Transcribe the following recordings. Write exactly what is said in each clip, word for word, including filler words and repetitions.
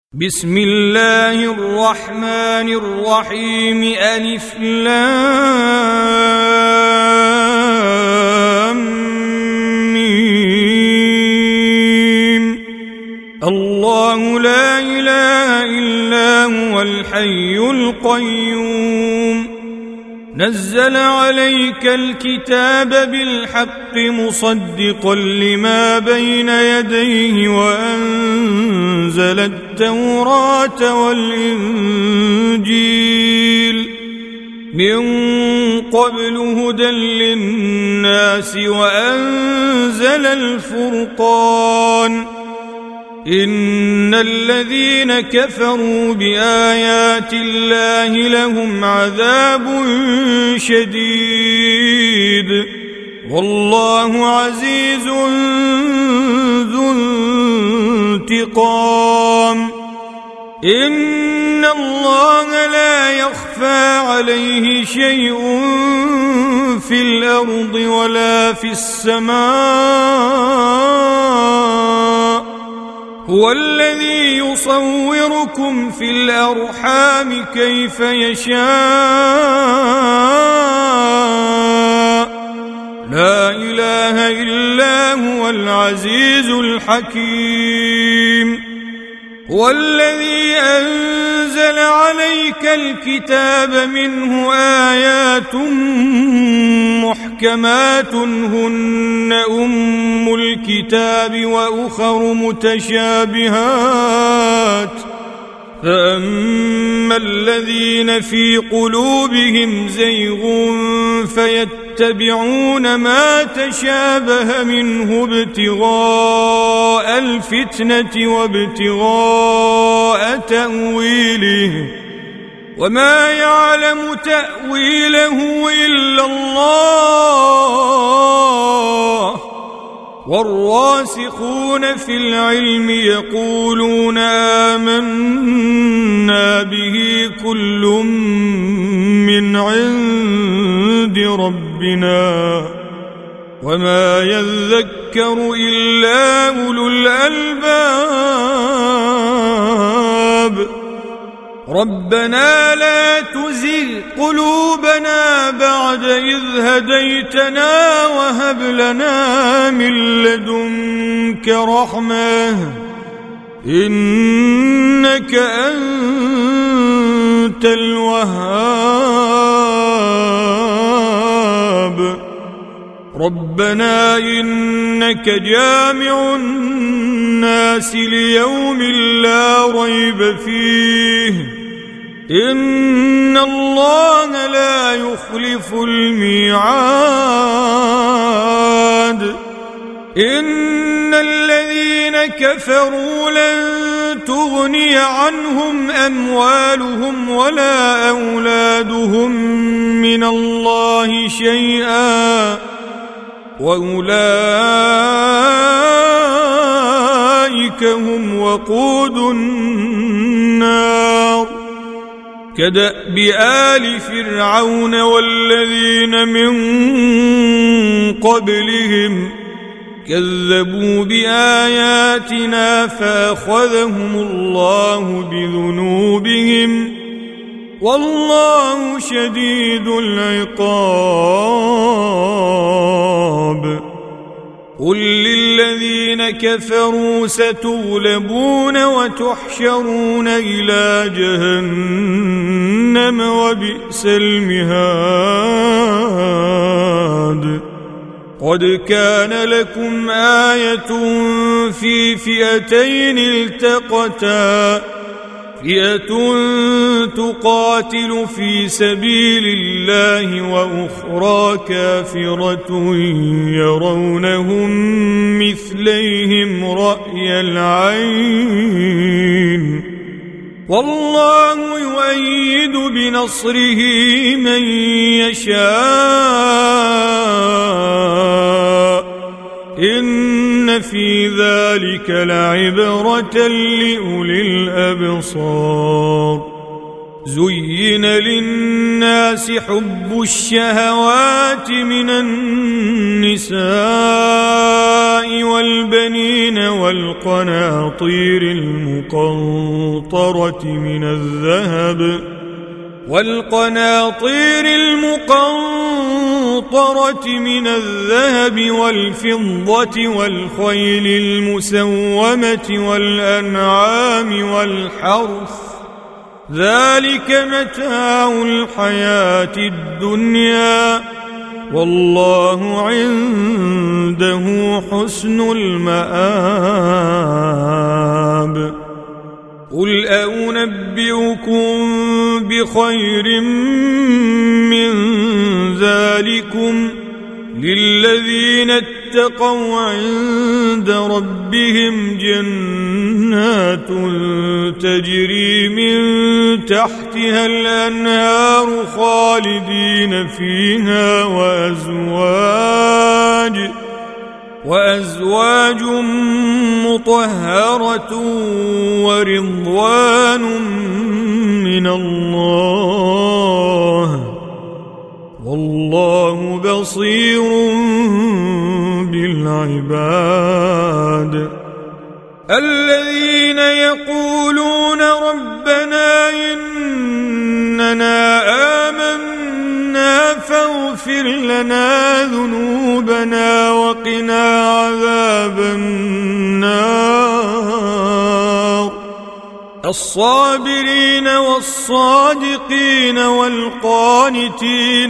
بسم الله الرحمن الرحيم. ألف لام ميم. الله لا إله إلا هو الحي القيوم. نزل عليك الكتاب بالحق مصدقا لما بين يديه وأنزل التوراة والإنجيل من قبل هدى للناس وأنزل الفرقان. إن الذين كفروا بآيات الله لهم عذاب شديد والله عزيز ذو انتقام. إن الله لا يخفى عليه شيء في الأرض ولا في السماء. هو الذي يصوركم في الأرحام كيف يشاء. لا إله إلا هو العزيز الحكيم. هو الذي أنزل عليك الكتاب منه آيات محكمات هن أم الكتاب وأخر متشابهات. فأما الذين في قلوبهم زيغ فيتبعون ما تشابه منه ابتغاء الفتنة وابتغاء تأويله وما يعلم تأويله إلا الله. والراسخون في العلم يقولون آمنا به كل من عند ربنا وما يذكر إلا أولو الألباب. ربنا لا تزغ قلوبنا بعد إذ هديتنا وهب لنا من لدنك رحمة إنك أنت الوهاب. ربنا إنك جامع الناس ليوم لا ريب فيه إن الله لا يخلف الميعاد. إن الذين كفروا لن تغني عنهم أموالهم ولا أولادهم من الله شيئا وأولئك هم وقود النار. كدأب آل فرعون والذين من قبلهم كذبوا بآياتنا فأخذهم الله بذنوبهم والله شديد العقاب. قل للذين كفروا ستغلبون وتحشرون إلى جهنم وبئس المهاد. قد كان لكم آية في فئتين التقتا فئة تقاتل في سبيل الله وأخرى كافرة يرونهم مثليهم رأي العين والله يؤيد بنصره من يشاء. إن في ذلك لعبرة لأولي الأبصار. زين للناس حب الشهوات من النساء والبنين والقناطير المقنطرة من الذهب والقناطير المقنطرة من الذهب والفضة والخيل المسومة والأنعام والحرث ذلك متاع الحياة الدنيا والله عنده حسن المآب. قل أنبئكم بخير من ذلكم للذين اتقوا عند ربهم جنات تجري من تحتها الأنهار خالدين فيها وأزواج وأزواج مطهرة ورضوان من الله والله بصير بالعباد. الذين يقولون ربنا إننا آمنا فاغفر لنا ذنوبنا وقنا عذاب النار. الصابرين والصادقين والقانتين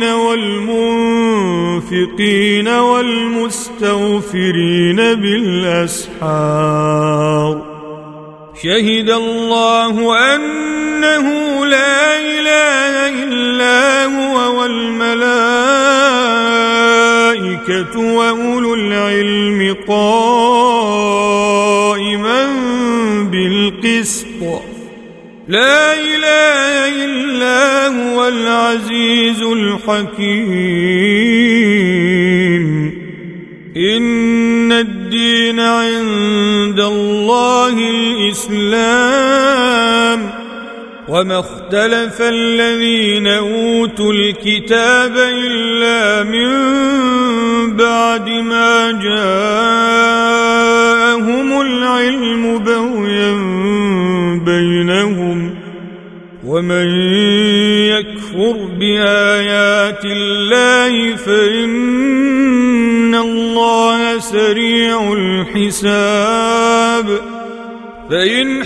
والمنفقين والمستغفرين بالأسحار. شهد الله أنه لا إله إلا هو والملائكة وأولو العلم قائما بالقسط لا إله إلا هو العزيز الحكيم. إن الدين عند الله الإسلام وما اختلف الذين أوتوا الكتاب إلا من بعد ما جاءهم العلم بغيا بينهم ومن يكفر بآيات الله فإن الله سريع الحساب. فإن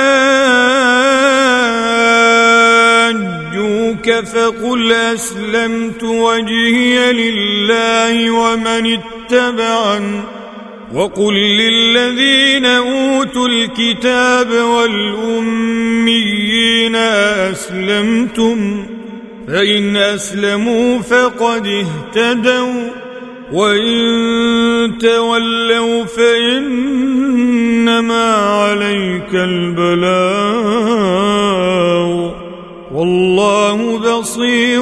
حاجوك فقل أسلمت وجهي لله ومن اتبعني وقل للذين أوتوا الكتاب والأميين أسلمتم فإن أسلموا فقد اهتدوا وإن تولوا فإنما عليك البلاغ والله بصير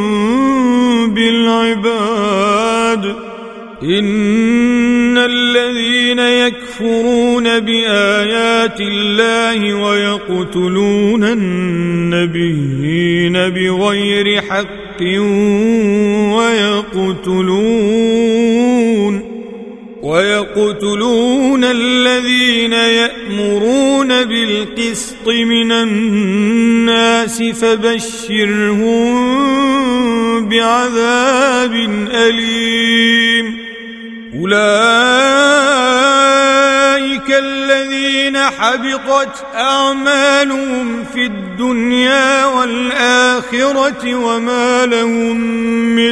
بالعباد. إن الذين يكفرون بآيات الله ويقتلون النبيين بغير حق ويقتلون ويقتلون الذين يأمرون بالقسط من الناس فبشرهم بعذاب أليم. أولئك الذين حبطت أعمالهم في الدنيا والآخرة وما لهم من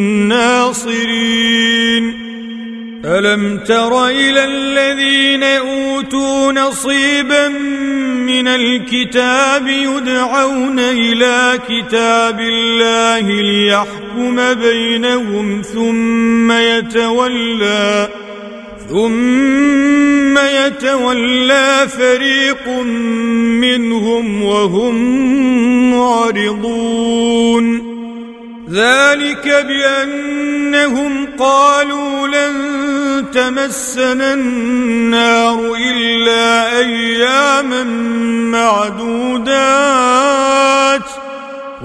ناصرين. ألم تر إلى الذين أوتوا نصيبا من الكتاب يدعون إلى كتاب الله ليحكم بينهم ثم يتولى ثم يتولى فريق منهم وهم معرضون. ذلك بأنهم قالوا لن تمسنا النار إلا أياما معدودات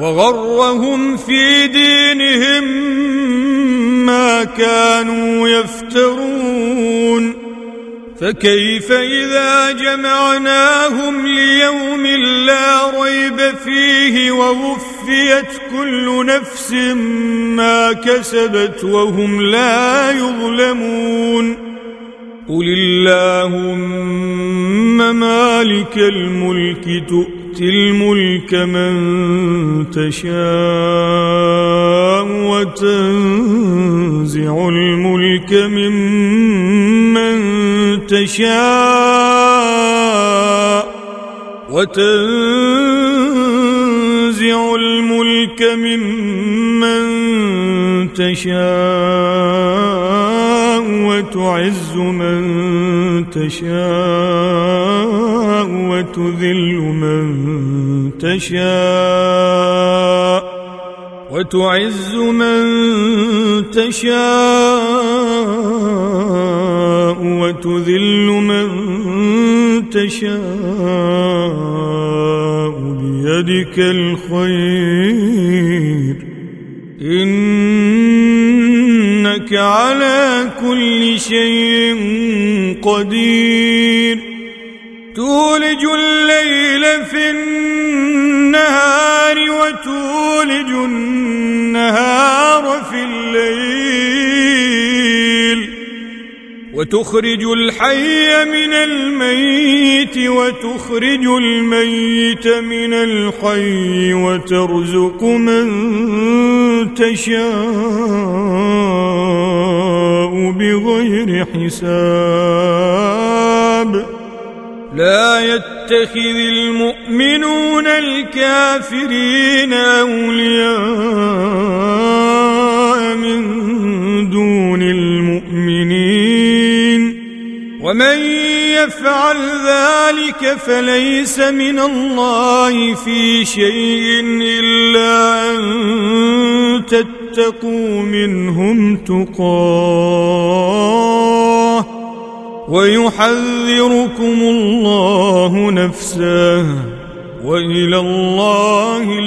وغرهم في دينهم ما كانوا يفترون فكيف إذا جمعناهم ليوم لا ريب فيه ووفيت كل نفس ما كسبت وهم لا يظلمون قل اللهم مالك الملك تؤتي الملك من تشاء وتنزع الملك ممن تشاء وتنزع الملك ممن تشاء وتعز من تشاء وتذل من تشاء وتعز من تشاء وتذل من تشاء بيدك الخير إنك على كل شيء قدير تولج الليل في النهار وتولج النهار في الليل وتخرج الحي من الميت وتخرج الميت من الحي وترزق من تشاء بغير حساب لا يتخذ المؤمنون الكافرين أولياء من دون المؤمنين ومن يفعل ذلك فليس من الله في شيء إلا أن تتقوا منهم تقاه ويحذركم الله نفسه وإلى الله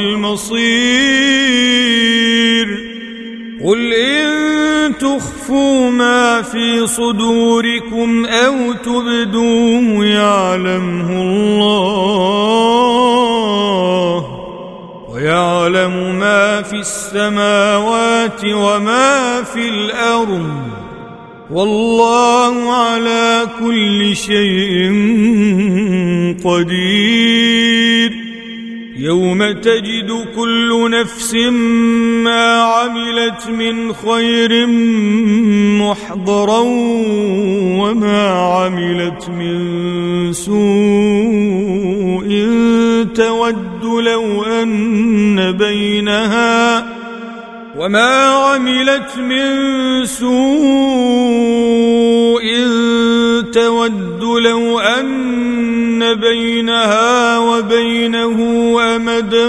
المصير قل إن تخفوا ما في صدوركم أو تبدوه يعلمه الله ويعلم ما في السماوات وما في الأرض والله على كل شيء قدير يوم تجد كل نفس ما عملت من خير محضرا وما عملت من سوء تود لو أن بينها وما عملت من سوء تود لو أن بينها وبينه أمدا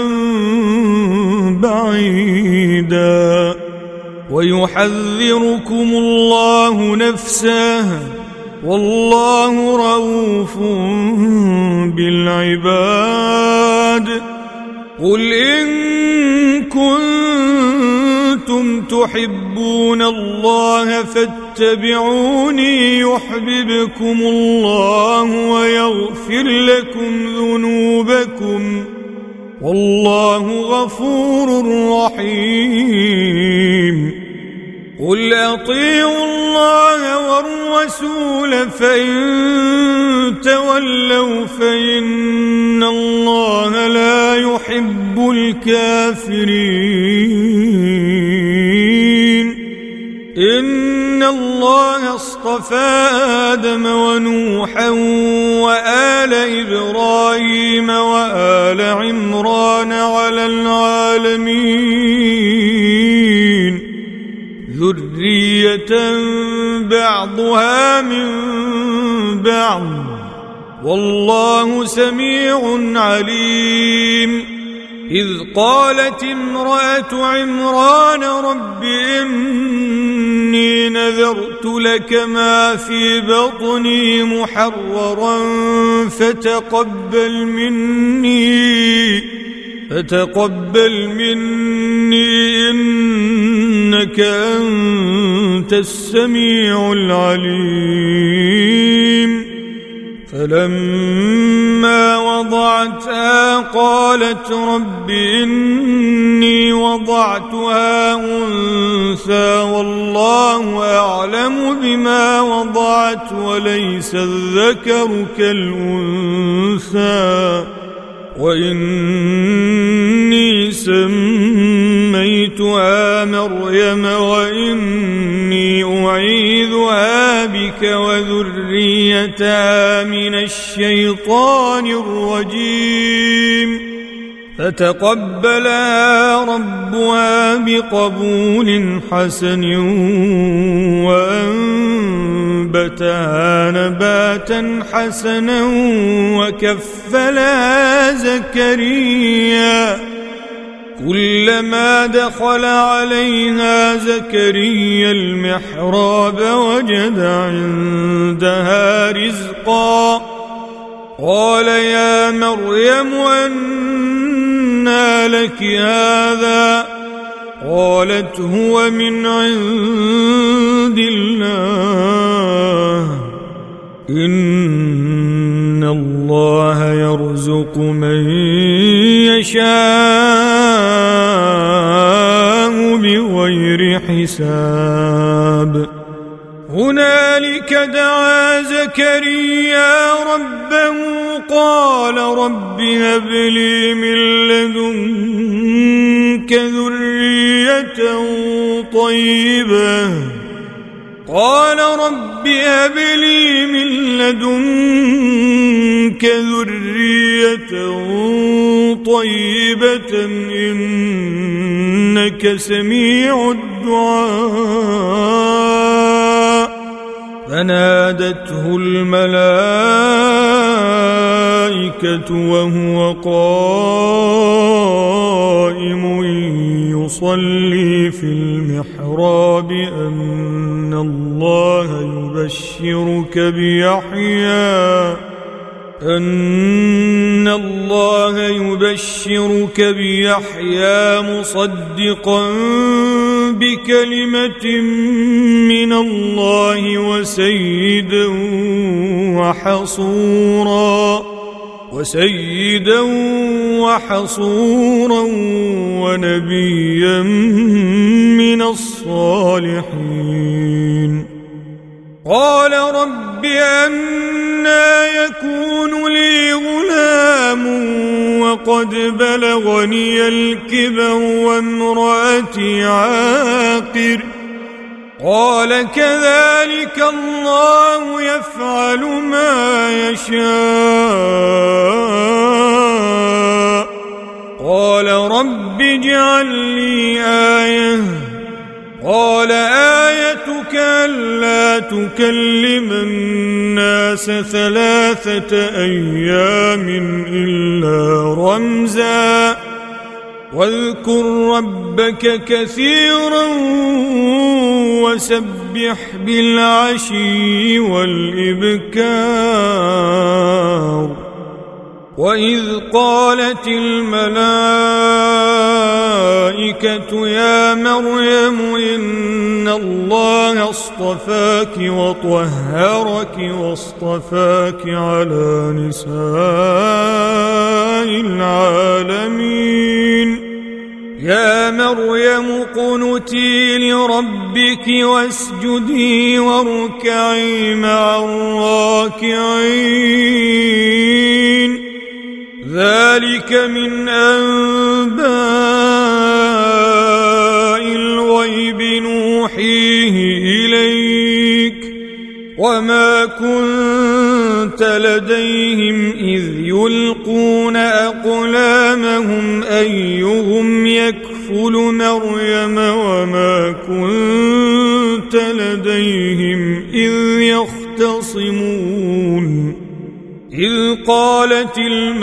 بعيدا ويحذركم الله نفسه والله رؤوف بالعباد قل إن كنتم تحبون الله فاتبعوني يحببكم الله ويغفر لكم ذنوبكم والله غفور رحيم قل أطيعوا الله والرسول فإن تولوا فإن الله لا يحب الكافرين إن الله اصطفى آدم ونوحا وآل إبراهيم وآل عمران على العالمين ذرية بعضها من بعض والله سميع عليم إذ قالت امرأة عمران رب إني نذرت لك ما في بطني محررا فتقبل مني فتقبل مني إنك أنت السميع العليم. فلما وضعتها قالت رب إني وضعتها أنثى والله أعلم بما وضعت وليس الذكر كالأنثى وإني سميتها مريم وإني أعيذها بك وذريتها من الشيطان الرجيم. فتقبلها ربها بقبول حسن وأنبتها نباتا حسنا وكفلها زكريا. كلما دخل عليها زكريا المحراب وجد عندها رزقا. قال يا مريم أنى لك هذا؟ قالت هو من عند الله إن الله يرزق من يشاء بغير حساب. هنالك دعا زكريا ربه قال رب هب لي من لدنك ذرية طيبة قال رب هب لي من لدنك ذرية طيبة إنك سميع الدعاء. فنادته الملائكة وهو قائم يصلي في المحراب أن الله يبشرك بيحيى أن الله يبشرك بيحيى مصدقا بكلمة من الله وسيدا وحصورا وسيدا وحصورا ونبيا من الصالحين. قال رب أنى يكون لي غلام وقد بلغني الكبر وامرأتي عاقر. قال كذلك الله يفعل ما يشاء. قال رب اجعل لي آية. قال آيتك ألا تكلم الناس ثلاثة أيام إلا رمزا واذكر ربك كثيرا وسبح بالعشي والإبكار. وإذ قالت الملائكة يا مريم إن الله اصطفاك وطهرك واصطفاك على نساء العالمين. يا مريم قنتي لربك واسجدي واركعي مع الراكعين. ذلك من أنباء الغيب نوحيه إليك وما كنت لديهم إذ يلقون أقلامهم أيهم يكفل مريم وما كنت لديهم إذ يختصمون. إذ قالت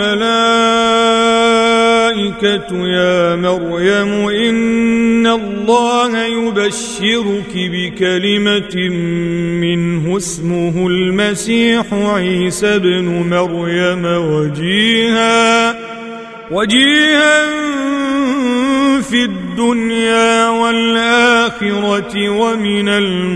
الملائكة يا مريم إن الله يبشرك بكلمة منه اسمه المسيح عيسى ابن مريم وجيها وجيها في الدنيا والآخرة ومن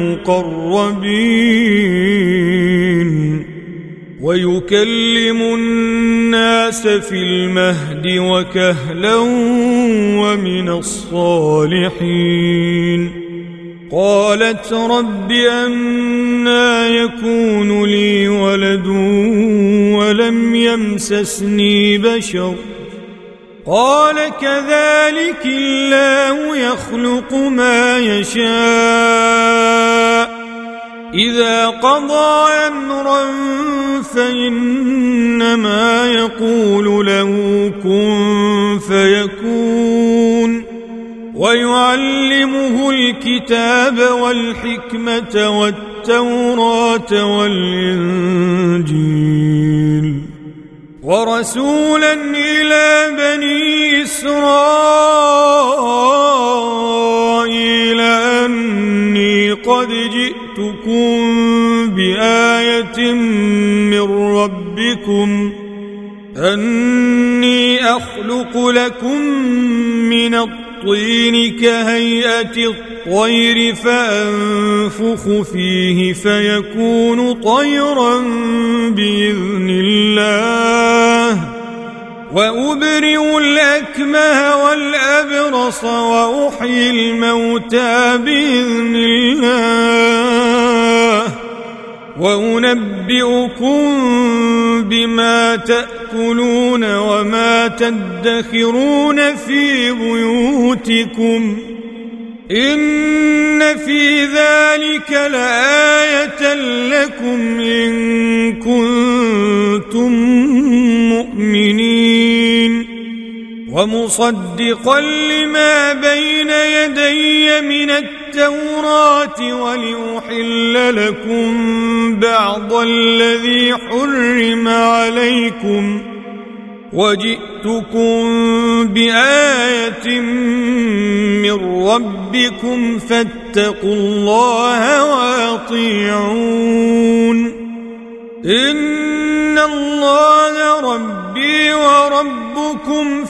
المقربين ويكلم الناس في المهد وكهلا ومن الصالحين قالت رب أنى يكون لي ولد ولم يمسسني بشر قال كذلك الله يخلق ما يشاء إذا قضى أمرا فإنما يقول له كن فيكون ويعلمه الكتاب والحكمة والتوراة والإنجيل ورسولا إلى بني إسرائيل أني قد جئتكم بآية من ربكم أني أخلق لكم من الطين كهيئة الطير فأنفخ فيه فيكون طيرا بإذن الله وأبرئ الأكمه والأبرص وأحيي الموتى بإذن الله وأنبئكم بما تأكلون وما تدخرون في بيوتكم إن في ذلك لآية لكم إن كنتم مؤمنين ومصدقا لما بين يدي من التوراة ولأحل لكم بعض الذي حرم عليكم وجئتكم بآية من ربكم فاتقوا الله وأطيعون إن الله ربي وربكم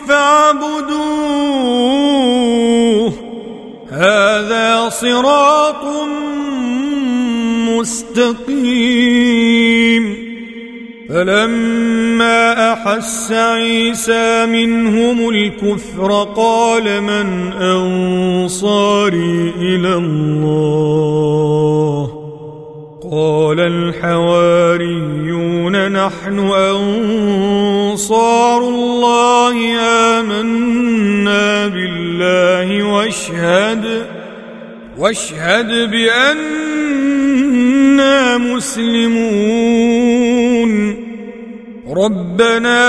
فاعبدوه هذا صراط مستقيم فلما أحس عيسى منهم الكفر قال من أنصاري إلى الله قال الحواريون نحن أنصار الله آمنا بالله واشهد واشهد بأننا مسلمون ربنا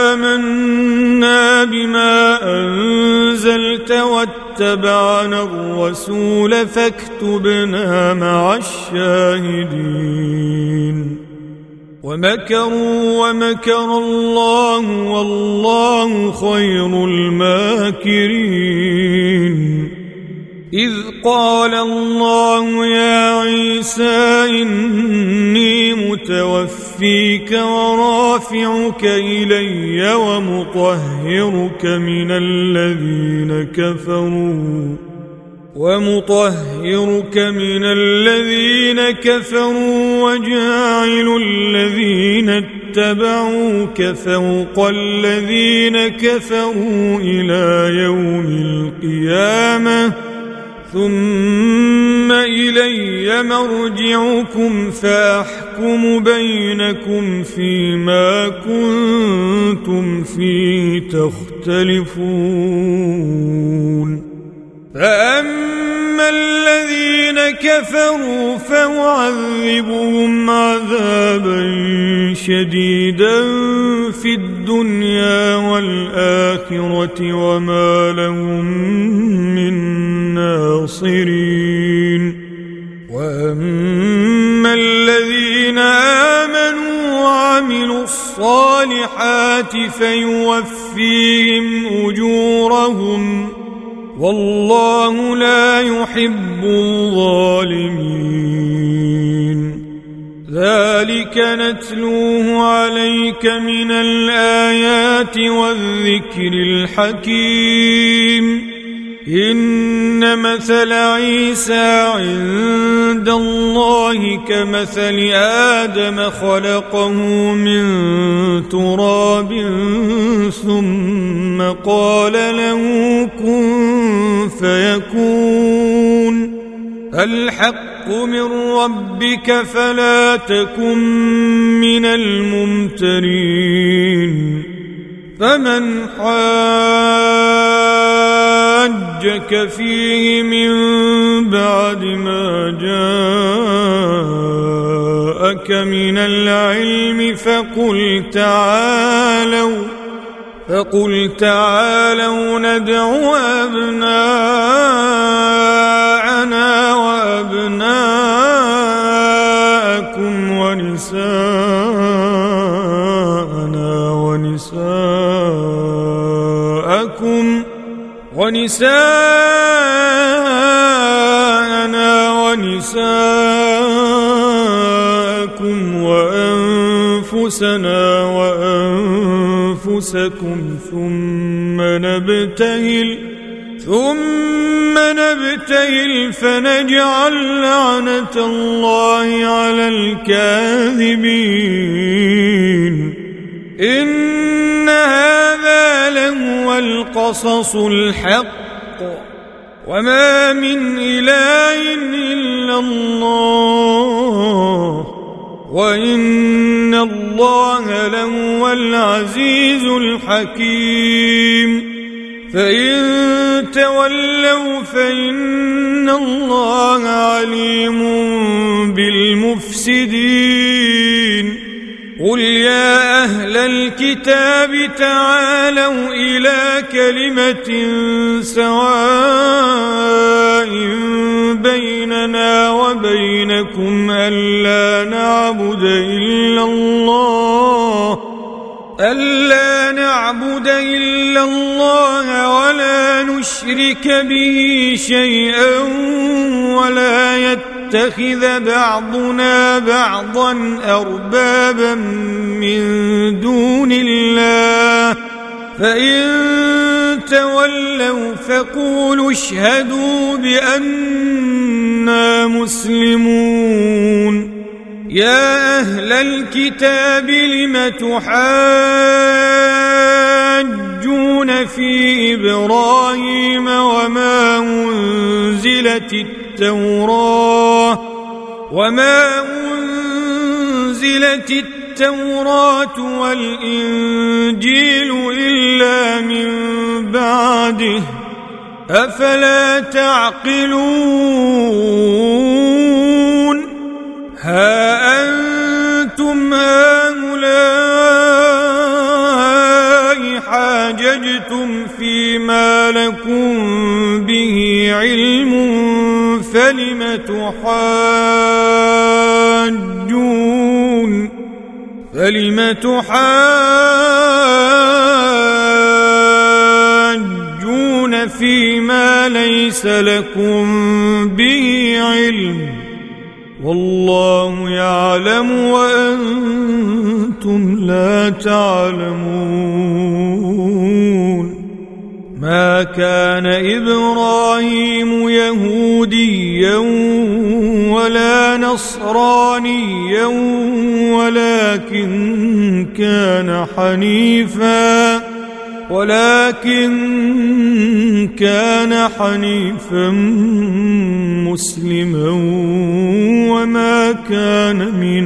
آمنا بما أنزلت واتبعنا الرسول فاكتبنا مع الشاهدين ومكروا ومكر الله والله خير الماكرين إذ قال الله يا عيسى إني متوفيك ورافعك إلي ومطهرك من الذين كفروا ومطهرك من الذين كفروا وجاعل الذين اتبعوك فوق الذين كفروا إلى يوم القيامة ثم إلي مرجعكم فأحكم بينكم فيما كنتم فيه تختلفون فأما الذين كفروا فأعذبهم عذابا شديدا في الدنيا والآخرة وما لهم من ناصرين وأما الذين آمنوا وعملوا الصالحات فيوفيهم أجورهم والله لا يحب الظالمين ذلك نتلوه عليك من الآيات الآيات والذكر الحكيم. إن مثل عيسى عند الله كمثل آدم خلقه من تراب ثم قال له كن فيكون. الحق من ربك فلا تكن من الممترين. فمن حاجك فيه من بعد ما جاءك من العلم فقل تعالوا فقل تعالوا ندع أبناءنا وأبناءكم ونساءنا ونساءكم ونساءنا ونساءكم وأنفسنا وأنفسكم ثم نبتهل ثم نبتهل فنجعل لعنة الله على الكاذبين. إن هذا لهو القصص الحق وما من إله إلا الله وإن الله لهو العزيز الحكيم. فإن تولوا فإن الله عليم بالمفسدين. قل يا أهل الكتاب تعالوا إلى كلمة سواء بيننا وبينكم ألا نعبد إلا الله ألا نعبد إلا الله ولا نشرك به شيئا ولا يتخذ بعضنا بعضا أربابا من دون الله. فإن تولوا فقولوا اشهدوا بأننا مسلمون. يا أهل الكتاب لم تحاجون في إبراهيم وما أنزلت التوراة وما أنزلت التوراة والإنجيل إلا من بعده أفلا تعقلون. ها أنتم هؤلاء حاججتم فيما لكم به علم فلم تحاجون فلم تحاجون فيما ليس لكم به علم والله يعلم وأنتم لا تعلمون. ما كان إبراهيم يهوديا ولا نصرانيا ولكن كان حنيفا ولكن كان حنيفا مسلما وما كان من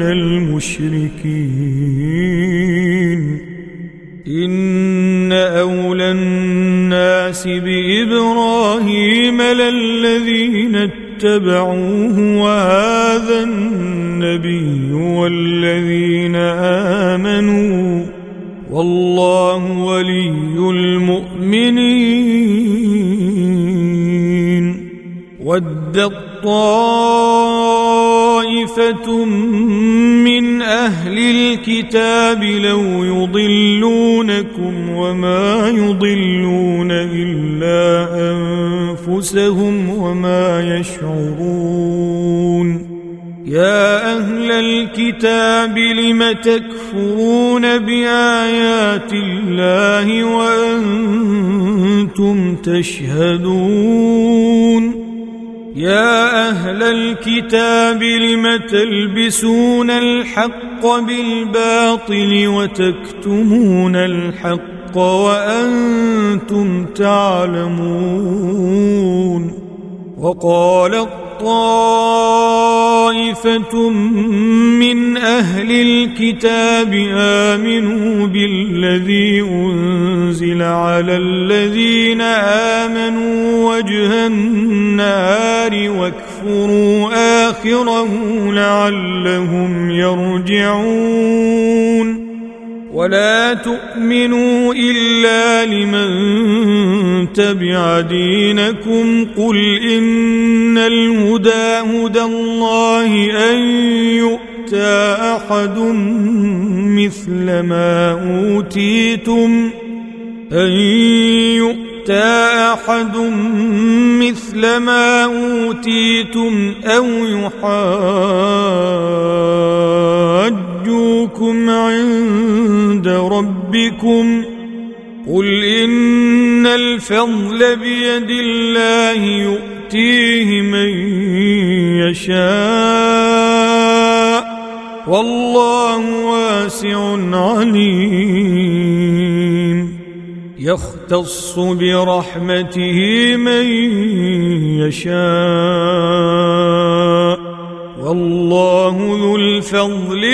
المشركين. إن أولى الناس بإبراهيم للذين اتبعوه وهذا النبي والذين آمنوا والله ولي المؤمنين. ودت طائفة من أهل الكتاب لو يضلونكم وما يضلون إلا أنفسهم وما يشعرون. يا أهل الكتاب لم تكفرون بآيات الله وأنتم تشهدون يا أهل الكتاب لم تلبسون الحق بالباطل وتكتمون الحق وأنتم تعلمون وقال طائفة من أهل الكتاب آمنوا بالذي أنزل على الذين آمنوا وجه النهار واكفروا آخره لعلهم يرجعون ولا تؤمنوا إلا لمن تبع دينكم قل إن الهدى هدى الله أن يؤتى أحد مثل ما أوتيتم أن يؤتى أحد مثل ما أوتيتم أو يحاجوكم عند ربكم قل إن الفضل بيد الله يؤتيه من يشاء والله واسع عليم يختص برحمته من يشاء والله ذو الفضل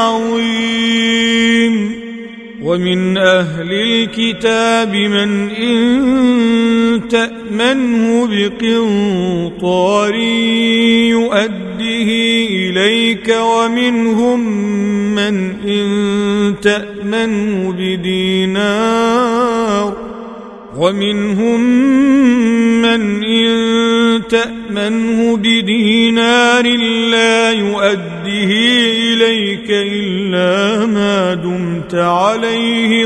العظيم ومن أهل الكتاب من إن تأمنه بقنطار يؤديه إليك ومنهم من إن تأمنه بدينار ومنهم من إن تأمنه بدينار لا يؤديه إليك إلا ما دمت عليه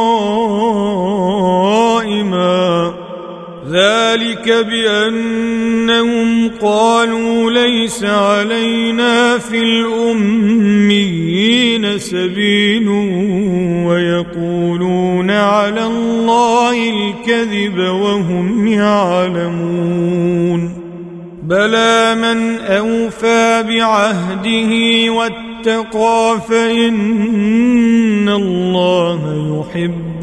قائما ذلك بأنهم قالوا ليس علينا في الأميين سبيل ويقولون على الله الكذب وهم يعلمون بلى من أوفى بعهده واتقى فإن الله يحب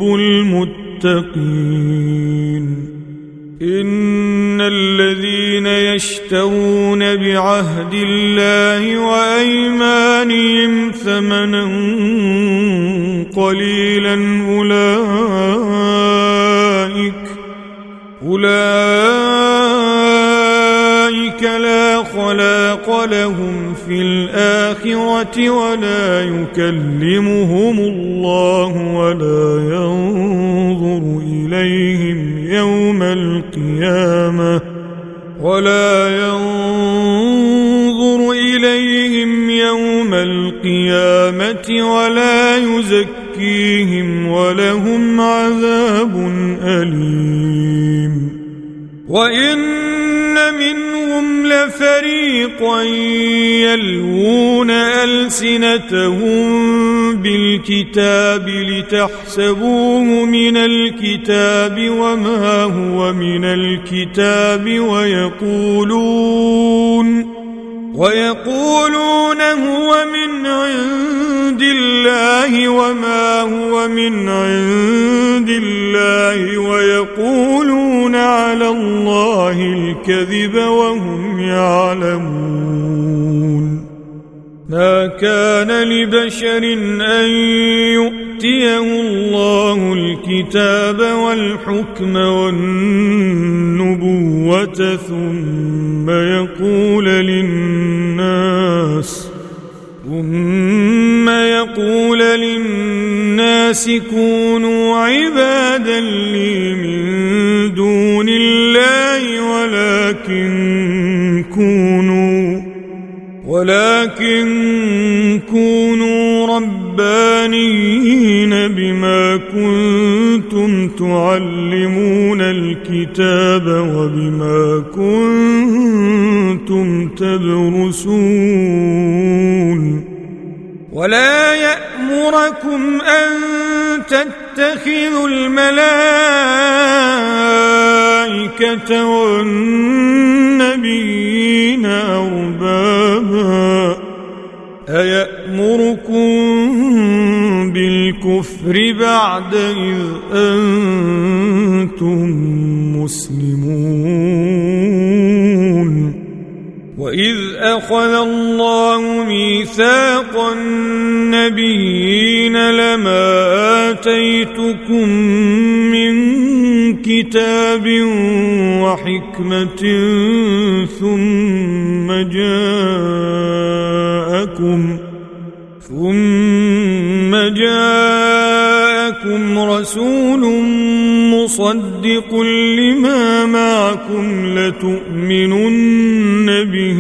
المتقين إن الذين يشترون بعهد الله وأيمانهم ثمنا قليلا أولئك أولئك لا خلاق لهم في الآخرة ولا يكلمهم الله ولا ينظر إليهم يوم القيامة ولا ينظر إليهم يوم القيامة ولا يزكيهم ولهم عذاب أليم وإن منهم لفريقا يلوون ألسنتهم بالكتاب لتحسبوه من الكتاب وما هو من الكتاب ويقولون ويقولون هو من عند الله وما هو من عند الله ويقولون على الله الكذب وهم يعلمون ما كان لبشر أن يؤتيه الله الكتاب والحكم والنبوة ثم يقول للناس ثم يقول للناس كونوا عبادا لي من دون الله ولكن كونوا ولكن كونوا ربانيين بما كنتم تعلمون الكتاب وبما كنتم تدرسون ولا يأمركم أن تتخذوا الملائكة والنبيين أربابا أيأمركم بالكفر بعد إذ أنتم مسلمون وإذ أخذ الله ميثاق النبيين لما آتيتكم من كتاب وحكمة ثم جاءكم ثم جاءكم رسول مصدق لما معكم لتؤمنن به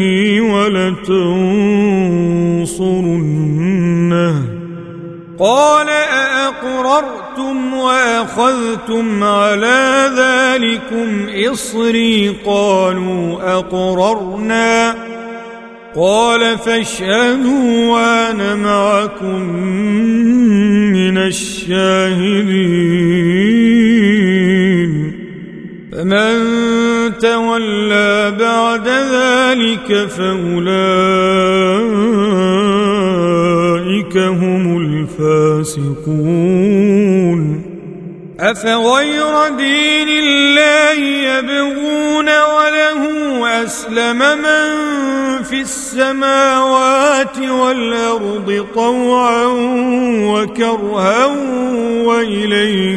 ولتنصرنه قال أأقررتم وأخذتم على ذلكم إصري قالوا أقررنا قال فاشهدوا وأنا معكم من الشاهدين فمن تولى بعد ذلك فأولئك هم الفاسقون أفغير دين الله يبغون وله أسلم من في السماوات والأرض طوعا وكرها وإليه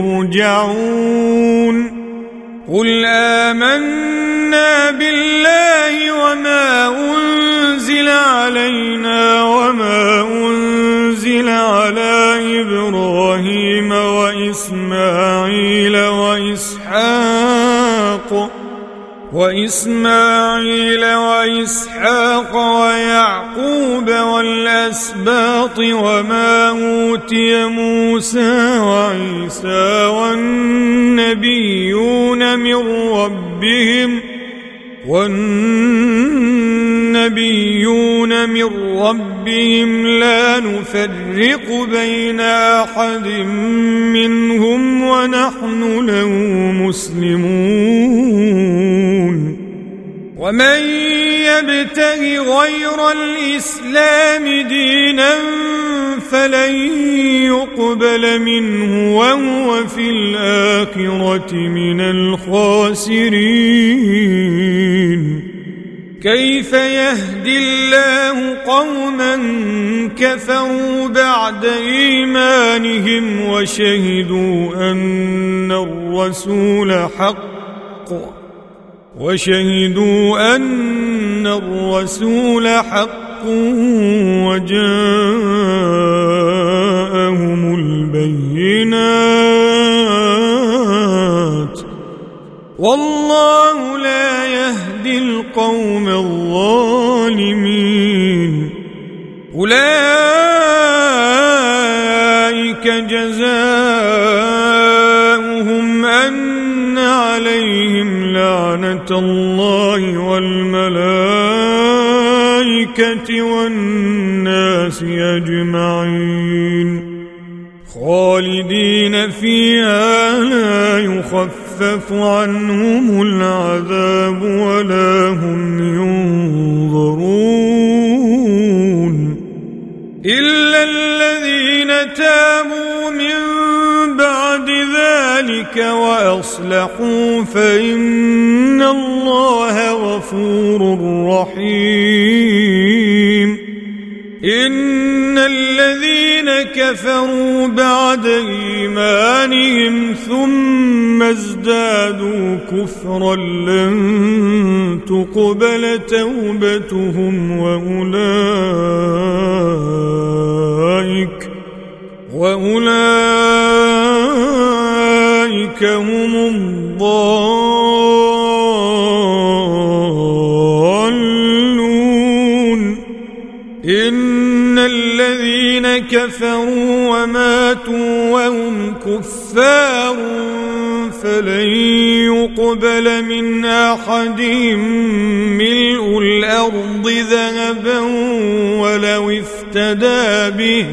يرجعون قل آمنا بالله وما أنزل علينا وما أنزل على إبراهيم وإسماعيل وإسحاق وإسماعيل وإسحاق ويعقوب والأسباط وما أوتي موسى وعيسى والنبيون من ربهم والنبيون من ربهم لا نفرق بين أحد منهم ونحن له مسلمون ومن يبتغ غير الإسلام دينا فلن يقبل منه وهو في الآخرة من الخاسرين كيف يهدي الله قوما كفروا بعد إيمانهم وشهدوا أن الرسول حق وشهدوا أن الرسول حق وجاءهم البينات والله لا يهدي القوم الظالمين أولئك جزاؤهم أن عليهم لعنة الله والملائكة والناس أجمعين خالدين فيها لا يخفف عنهم العذاب ولا هم ينظرون إلا الذين تابوا من بعد ذلك وأصلحوا فإن الله غفور رحيم إن الذين كفروا بعد إيمانهم ثم ازدادوا كفرا لن تقبل توبتهم وأولئك وأولئك هم الضالون إن الذين كفروا وماتوا وهم كفار فلن يقبل من أحدهم ملء الأرض ذهبا ولو افتدى به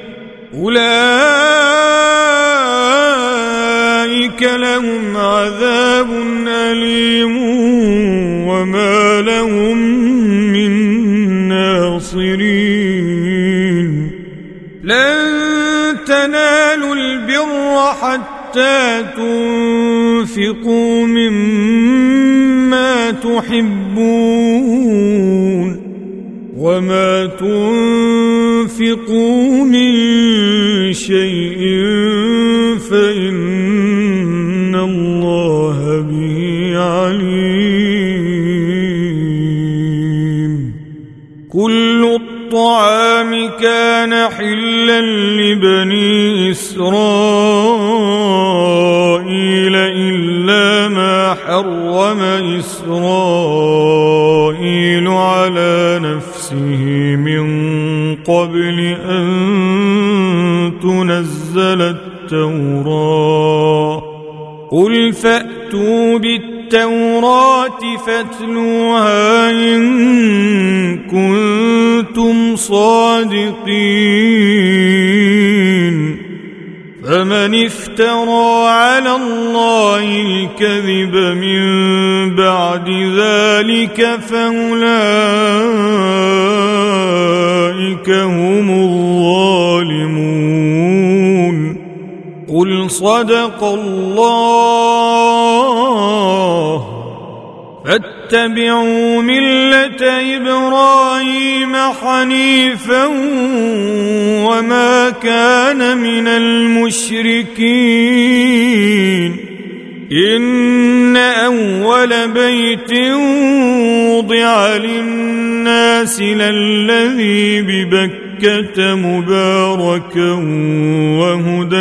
أولئك لهم عذاب أليم وما لهم من ناصرين لن تنالوا البر حتى تنفقوا مما تحبون وما تنفقوا من شيء فإن الله به عليم كل الطعام كان حلا لبني إسرائيل إلا ما حرم إسرائيل على نفسه من قبل أن تنزل التوراة قل فأتوا بالتوراة فاتلوها إن كنتم صادقين فمن افترى على الله الكذب من بعد ذلك فأولئك هم الظالمون قل صدق الله فاتبعوا ملة إبراهيم حنيفا وما كان من المشركين إن أول بيت وضع للناس للذي ببكة مباركا وهدى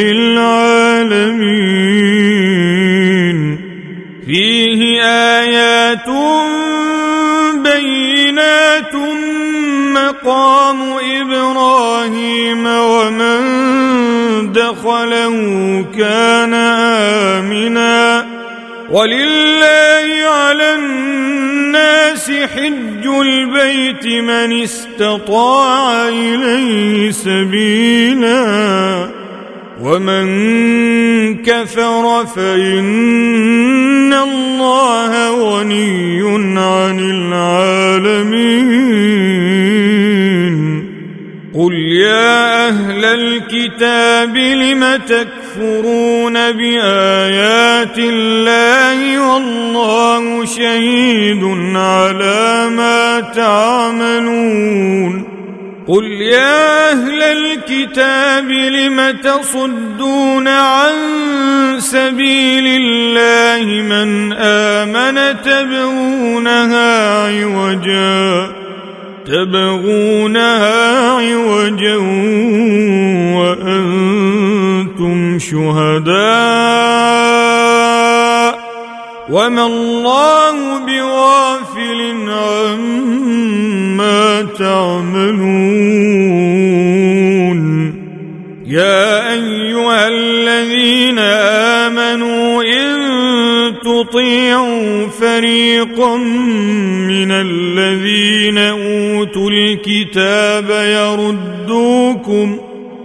للعالمين فيه آيات بينات مقام إبراهيم ومن دخله كان آمنا ولله على الناس حج البيت من استطاع إليه سبيلا ومن كفر فإن الله غني عن العالمين قل يا أهل الكتاب لم تكفرون بآيات الله والله شهيد على ما تعملون قل يا أهل الكتاب لم تصدون عن سبيل الله من آمن تبغونها عوجا تبغونها عوجا وأنتم شهداء وما الله بغافل عما تعملون يا أيها الذين آمنوا إن تطيعوا فريقا من الذين أوتوا الكتاب يردوكم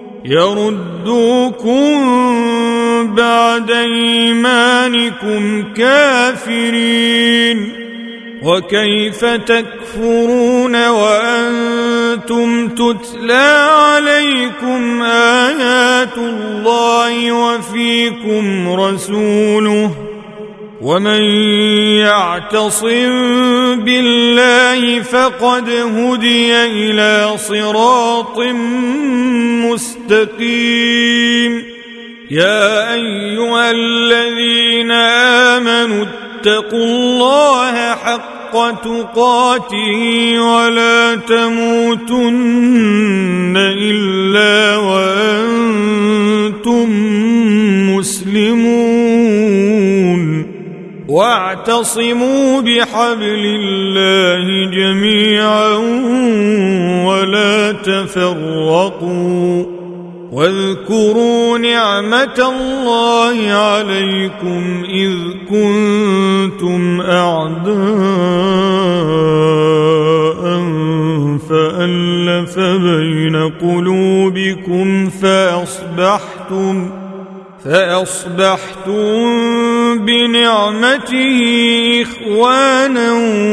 يردوكم بعد إيمانكم كافرين وكيف تكفرون وأنتم تتلى عليكم آيات الله وفيكم رسوله ومن يعتصم بالله فقد هدي إلى صراط مستقيم يا أيها الذين آمنوا اتقوا الله حق تقاته ولا تموتن إلا وأنتم مسلمون واعتصموا بحبل الله جميعا ولا تفرقوا واذكروا نعمة الله عليكم إذ كنتم أعداء فألف بين قلوبكم فأصبحتم فأصبحتم بنعمته إخوانا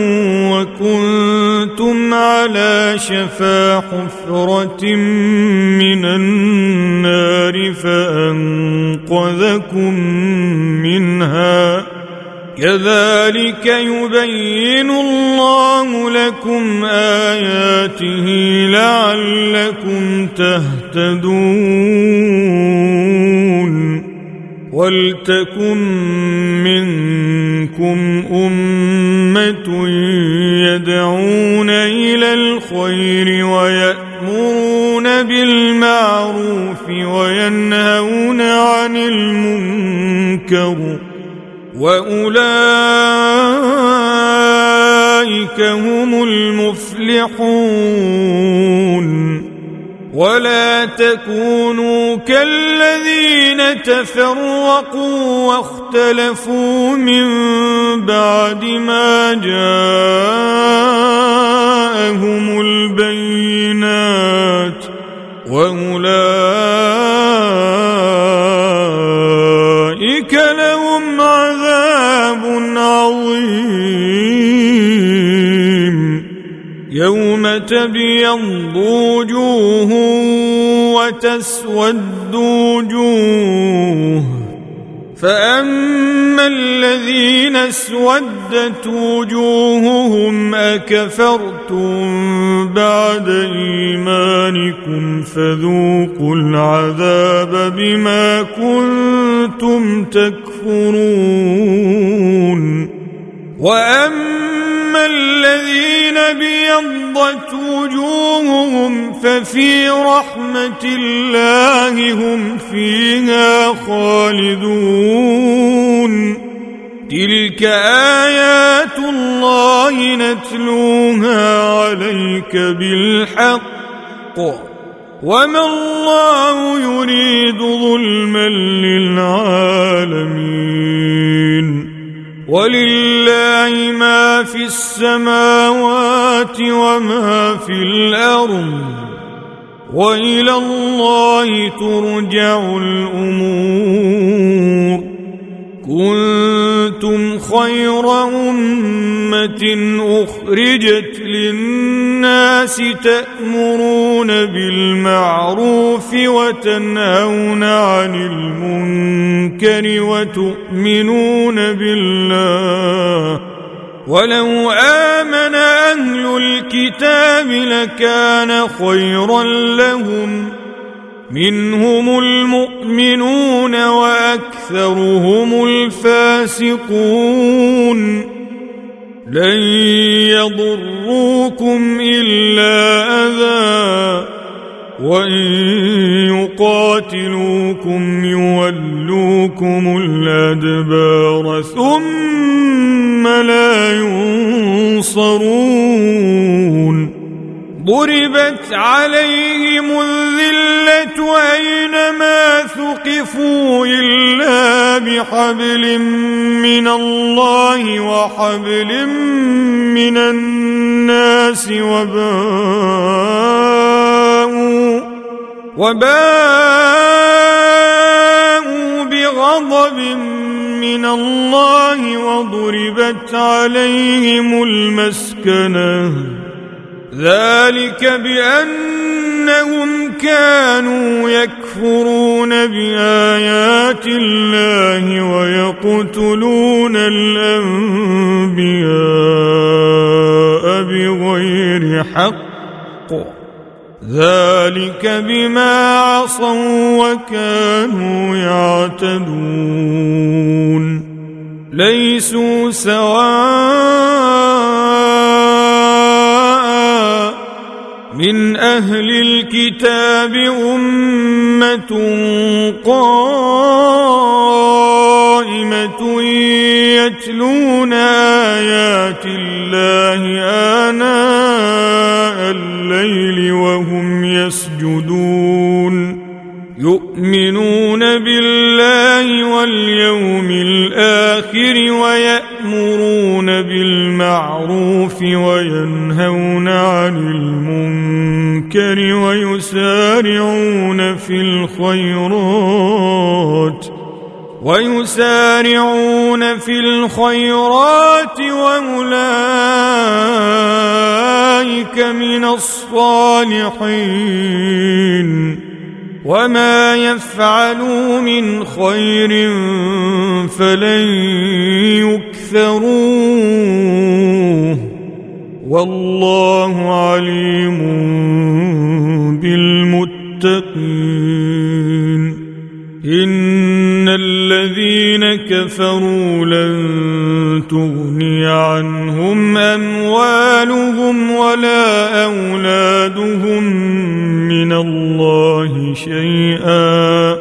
وكنتم على شفا حفرة من النار فأنقذكم منها كذلك يبين الله لكم آياته لعلكم تهتدون ولتكن منكم أمة يدعون إلى الخير ويأمرون بالمعروف وينهون عن المنكر وأولئك هم المفلحون ولا تكونوا كالذين تفرقوا واختلفوا من بعد ما جاءهم البينات وأولئك لهم عذاب عظيم يوم تبيض وجوه وتسود وجوه فأما الذين اسودت وجوههم أكفرتم بعد إيمانكم فذوقوا العذاب بما كنتم تكفرون وأما الذين بيضت وجوههم ففي رحمة الله هم فيها خالدون تلك آيات الله نتلوها عليك بالحق وما الله يريد ظلما للعالمين ولله ما في السماوات وما في الأرض وإلى الله ترجع الأمور كنتم خير أمة أخرجت للناس تأمرون بالمعروف وتنهون عن المنكر وتؤمنون بالله ولو آمن أهل الكتاب لكان خيرا لهم منهم المؤمنون وأكثرهم الفاسقون لن يضروكم إلا أذى وإن يقاتلوكم يولوكم الأدبار ثم لا ينصرون ضربت عليهم الذلة أينما ثقفوا إلا بحبل من الله وحبل من الناس وباءوا وباءوا بغضب من الله وضربت عليهم المسكنة ذلك بأنهم كانوا يكفرون بآيات الله ويقتلون الأنبياء بغير حق ذلك بما عصوا وكانوا يعتدون ليسوا سواء من أهل الكتاب أمة قائمة يتلون آيات الله آناء الليل وهم يسجدون يؤمنون بالله واليوم الآخر ويأمرون بالمعروف وينهون عن المنكر ويسارعون في الخيرات ويسارعون في الخيرات وأولئك من الصالحين وما يفعلوا من خير فلن يكثروه والله عليم بالمتقين إن الذين كفروا لن تغني عنهم أموالهم ولا أولادهم من الله شيئا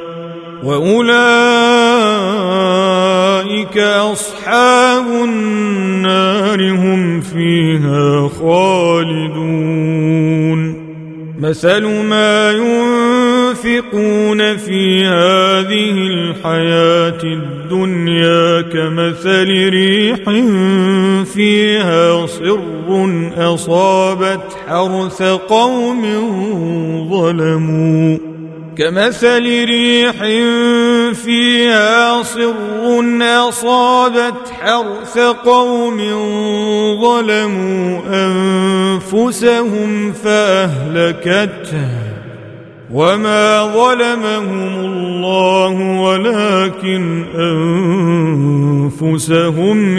وأولئك أصحاب النار هم فيها خالدون مثل ما ينفقون في هذه الحياة الدنيا كمثل ريح فيها صر أصابت حرث قوم ظلموا كمثل ريح فيها صر أصابت حرث قوم ظلموا أنفسهم فأهلكته وما ظلمهم الله ولكن أنفسهم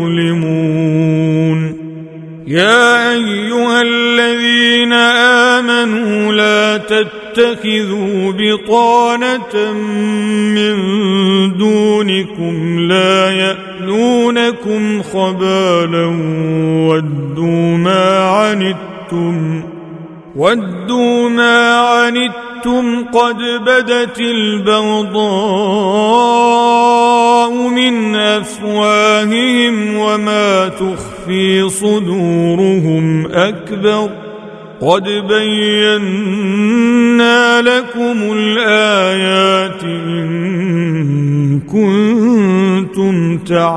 يظلمون يا أيها الذين آمنوا لا تتخذوا بطانة من دونكم لا يألونكم خبالا ودوا ما عنتم ودوا ما عنتم قد بدت البغضاء من أفواههم وما تخفي صدورهم أكبر قد بينا لكم الآيات إن كنتم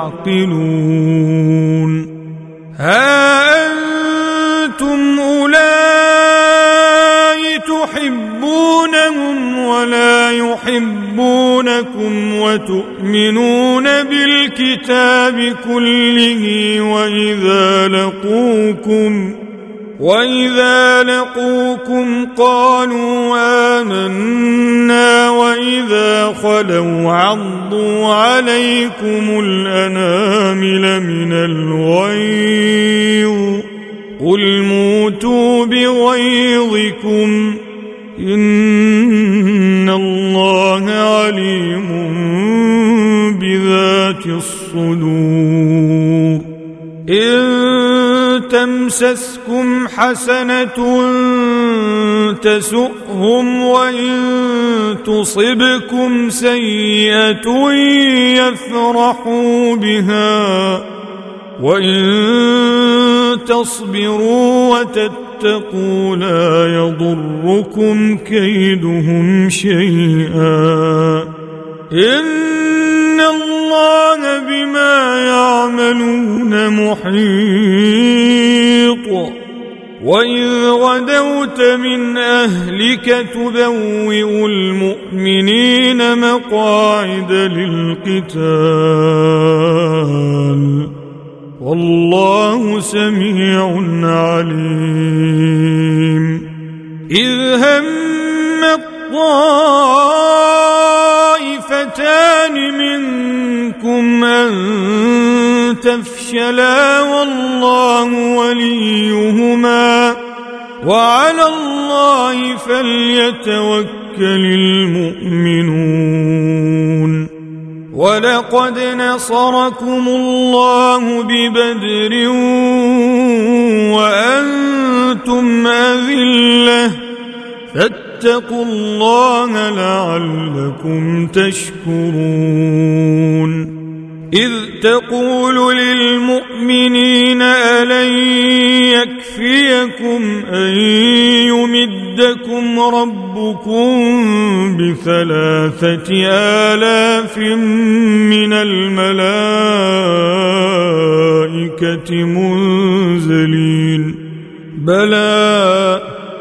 تعقلون ها أنتم أولئك تحبونهم ولا يحبونكم وتؤمنون بالكتاب كله وإذا لقوكم وإذا لقوكم قالوا آمنا وإذا خلوا عضوا عليكم الأنامل من الغيظ قل موتوا بغيظكم إن الله عليم بذات الصدور إن تمسسكم حسنة تسؤهم وإن تصبكم سيئة يفرحوا بها وإن تصبروا وتتقوا لا يضركم كيدهم شيئا إن الله بما يعملون محيط وإذ غدوت من أهلك تبوئ المؤمنين مقاعد للقتال والله سميع عليم إذ هم الطائفتان منكم أن تفشلا والله وليهما وعلى الله فليتوكل المؤمنون ولقد نصركم الله ببدر وأنتم أذلة فاتقوا الله لعلكم تشكرون إذ تقول للمؤمنين ألن يكفيكم أن يمدكم ربكم بثلاثة آلاف من الملائكة منزلين بلى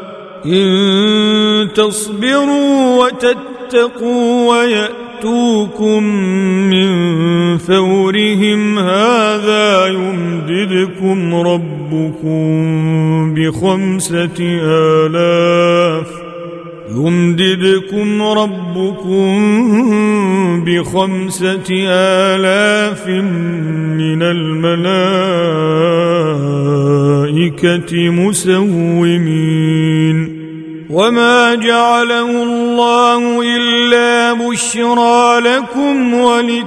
إن تصبروا وتتقوا ويأتوكم من فورهم هذا يمددكم ربكم بخمسة آلاف يمددكم ربكم بخمسة آلاف من الملائكة مسومين وما جعله الله إلا بشرى لكم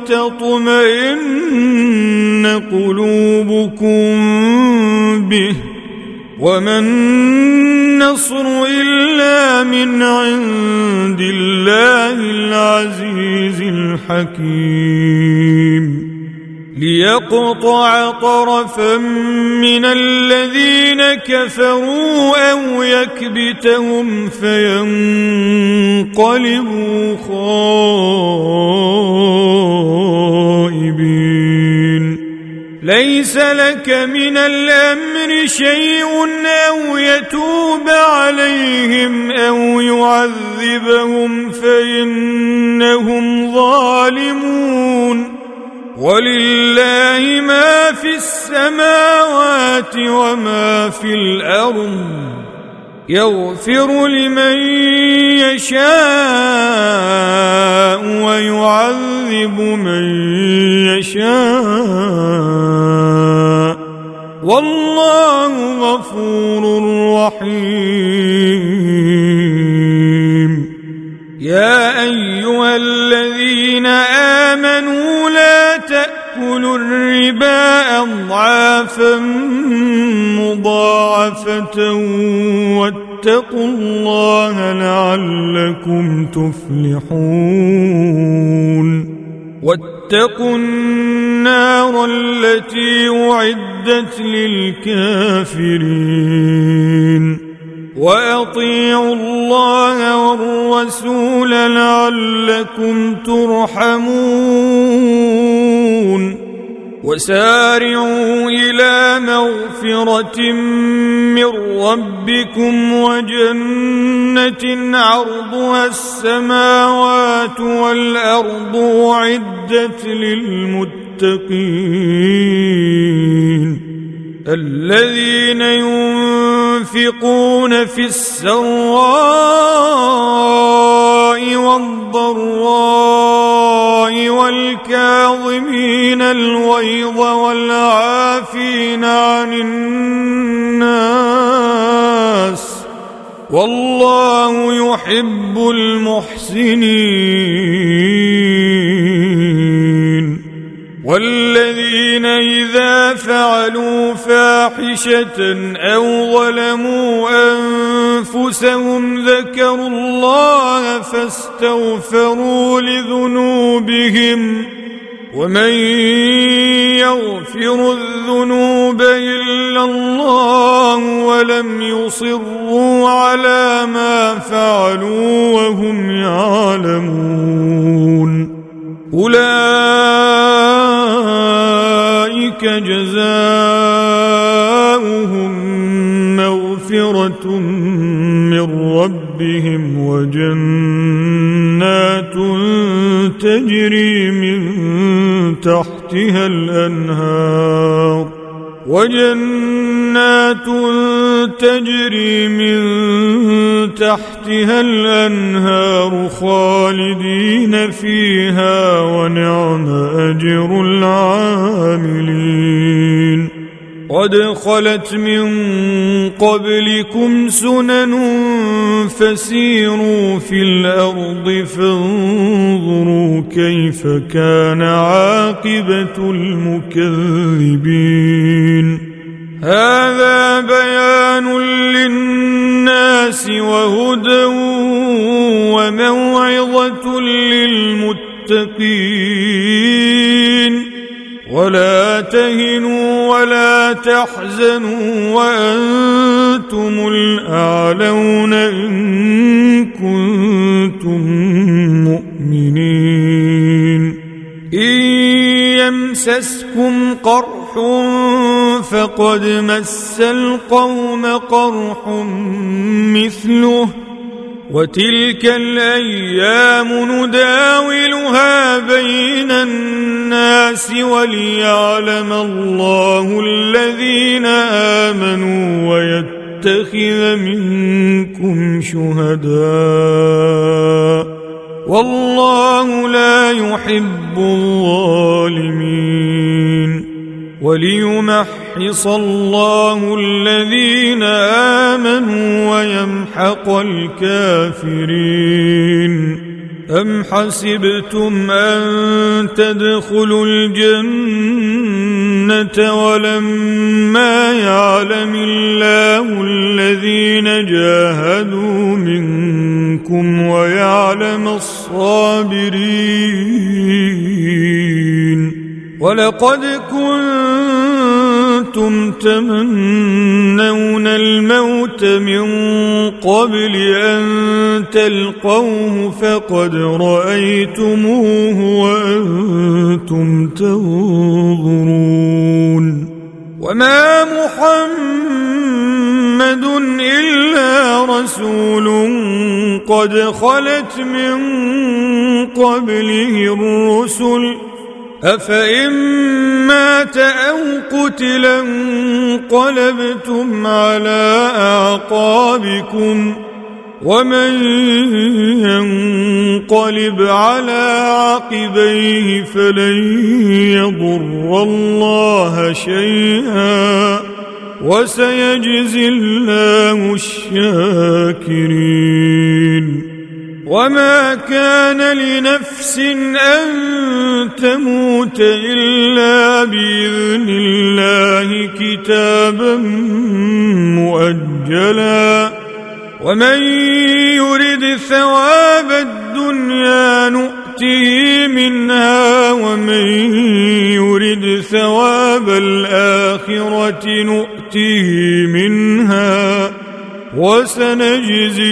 ولتطمئن قلوبكم به وما النصر إلا من عند الله العزيز الحكيم ليقطع طرفا من الذين كفروا أو يكبتهم فينقلبوا خائبين ليس لك من الأمر شيء أو يتوب عليهم أو يعذبهم فإنهم ظالمون ولله ما في السماوات وما في الأرض يغفر لمن يشاء ويعذب من يشاء والله غفور رحيم يا أيها الذين آمنوا لا تأكلوا الربا أضعافا مضاعفة واتقوا الله لعلكم تفلحون واتقوا النار التي أعدت للكافرين وأطيعوا الله والرسول لعلكم ترحمون وسارعوا إلى مغفرة من ربكم وجنة عرضها السماوات والأرض أعدت للمتقين الذين ينفقون في السراء والضراء والكاظمين الغيظ والعافين عن الناس والله يحب المحسنين والذين إذا فعلوا فاحشة أو ظلموا أنفسهم ذكروا الله فاستغفروا لذنوبهم ومن يغفر الذنوب إلا الله ولم يصروا على ما فعلوا وهم يعلمون أولئك جزاؤهم مغفرة من ربهم وجنات تجري من تحتها الأنهار وجنات تجري من تحتها الأنهار خالدين فيها ونعم أجر العاملين قد خلت من قبلكم سنن فسيروا في الأرض فانظروا كيف كان عاقبة المكذبين هذا بيان للناس وهدى وموعظة للمتقين ولا تهنوا ولا تحزنوا وأنتم الأعلون إن كنتم مؤمنين إن يمسسكم قرح فقد مس القوم قرح مثله وتلك الأيام نداولها بين الناس وليعلم الله الذين آمنوا ويتخذ منكم شهداء والله لا يحب الظالمين وليمحص الله الذين آمنوا ويمحق الكافرين أم حسبتم أن تدخلوا الجنة ولما يعلم الله الذين جاهدوا منكم ويعلم الصابرين ولقد كنتم تمنون الموت من قبل أن تلقوه فقد رأيتموه وأنتم تنظرون وما محمد إلا رسول قد خلت من قبله الرسل أفإن مات أو قتلا انقلبتم على أعقابكم ومن ينقلب على عقبيه فلن يضر الله شيئا وسيجزي الله الشاكرين وما كان لنفس أن تموت إلا بإذن الله كتابا مؤجلا ومن يرد ثواب الدنيا نؤته منها ومن يرد ثواب الآخرة نؤته منها وسنجزي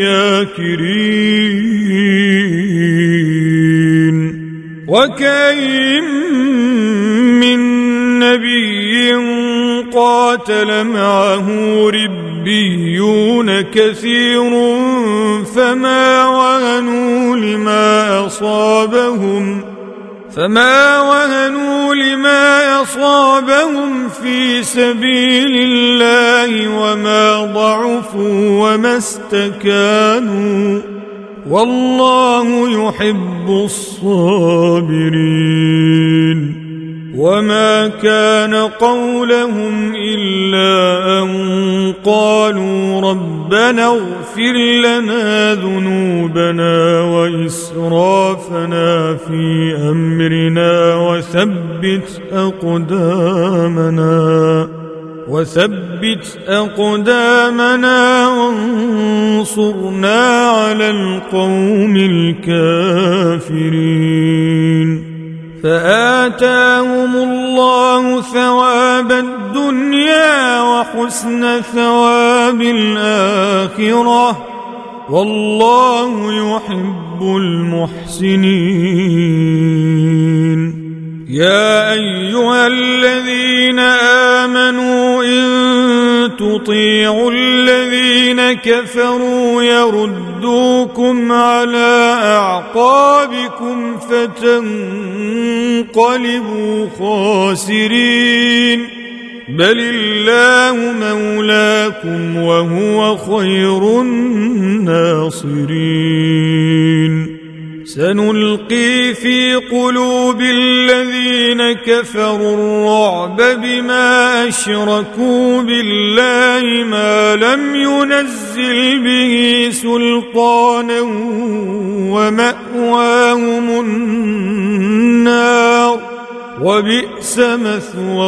الشاكرين وكأين من نبي قاتل معه ربيون كثير فما وهنوا لما أصابهم فما وهنوا لما أصابهم في سبيل الله وما ضعفوا وما استكانوا والله يحب الصابرين وما كان قولهم إلا أن قالوا ربنا اغفر لنا ذنوبنا وإسرافنا في أمرنا وثبت أقدامنا وثبت أقدامنا وانصرنا على القوم الكافرين فآتاهم الله ثواب الدنيا وحسن ثواب الآخرة والله يحب المحسنين يا أيها الذين آمنوا إن تطيعوا الذين كفروا يردوكم على أعقابكم فتنقلبوا خاسرين بل الله مولاكم وهو خير الناصرين سنلقي في قلوب الذين كفروا الرعب بما أشركوا بالله ما لم ينزل به سلطانا ومأواهم النار وبئس مثوى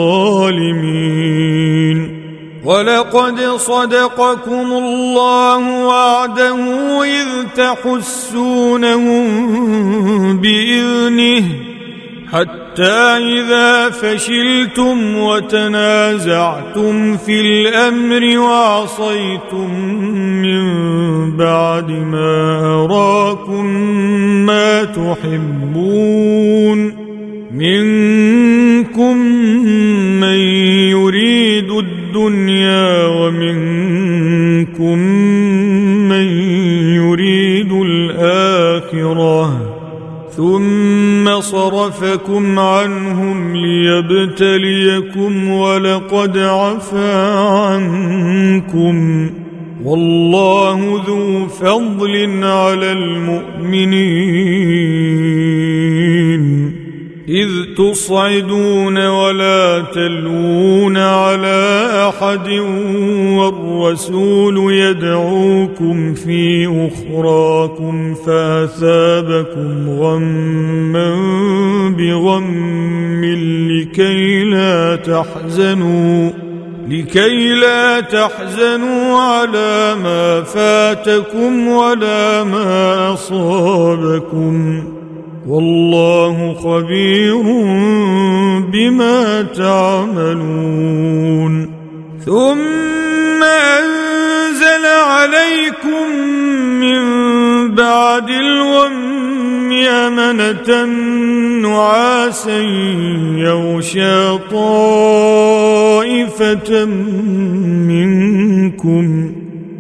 الظالمين ولقد صدقكم الله وعده إذ تحسونهم بإذنه حتى إذا فشلتم وتنازعتم في الأمر وعصيتم من بعد ما أراكم ما تحبون منكم من يريد الدنيا ومنكم من يريد الآخرة ثم صرفكم عنهم ليبتليكم ولقد عفا عنكم والله ذو فضل على المؤمنين إذ تصعدون ولا تلوون على أحد والرسول يدعوكم في أخراكم فأثابكم غما بغم لكي لا تحزنوا لكي لا تحزنوا على ما فاتكم ولا ما أصابكم والله خبير بما تعملون ثم أنزل عليكم من بعد الغم أمنة نعاسا يغشى طائفة منكم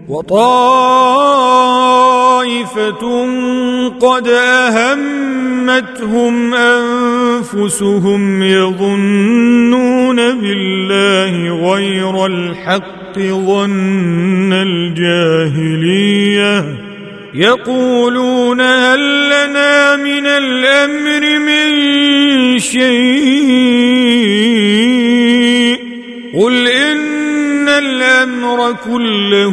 وطائفة قد أهمتهم أنفسهم يظنون بالله غير الحق ظن الجاهلية يقولون هل لنا من الأمر من شيء قل إن الأمر كله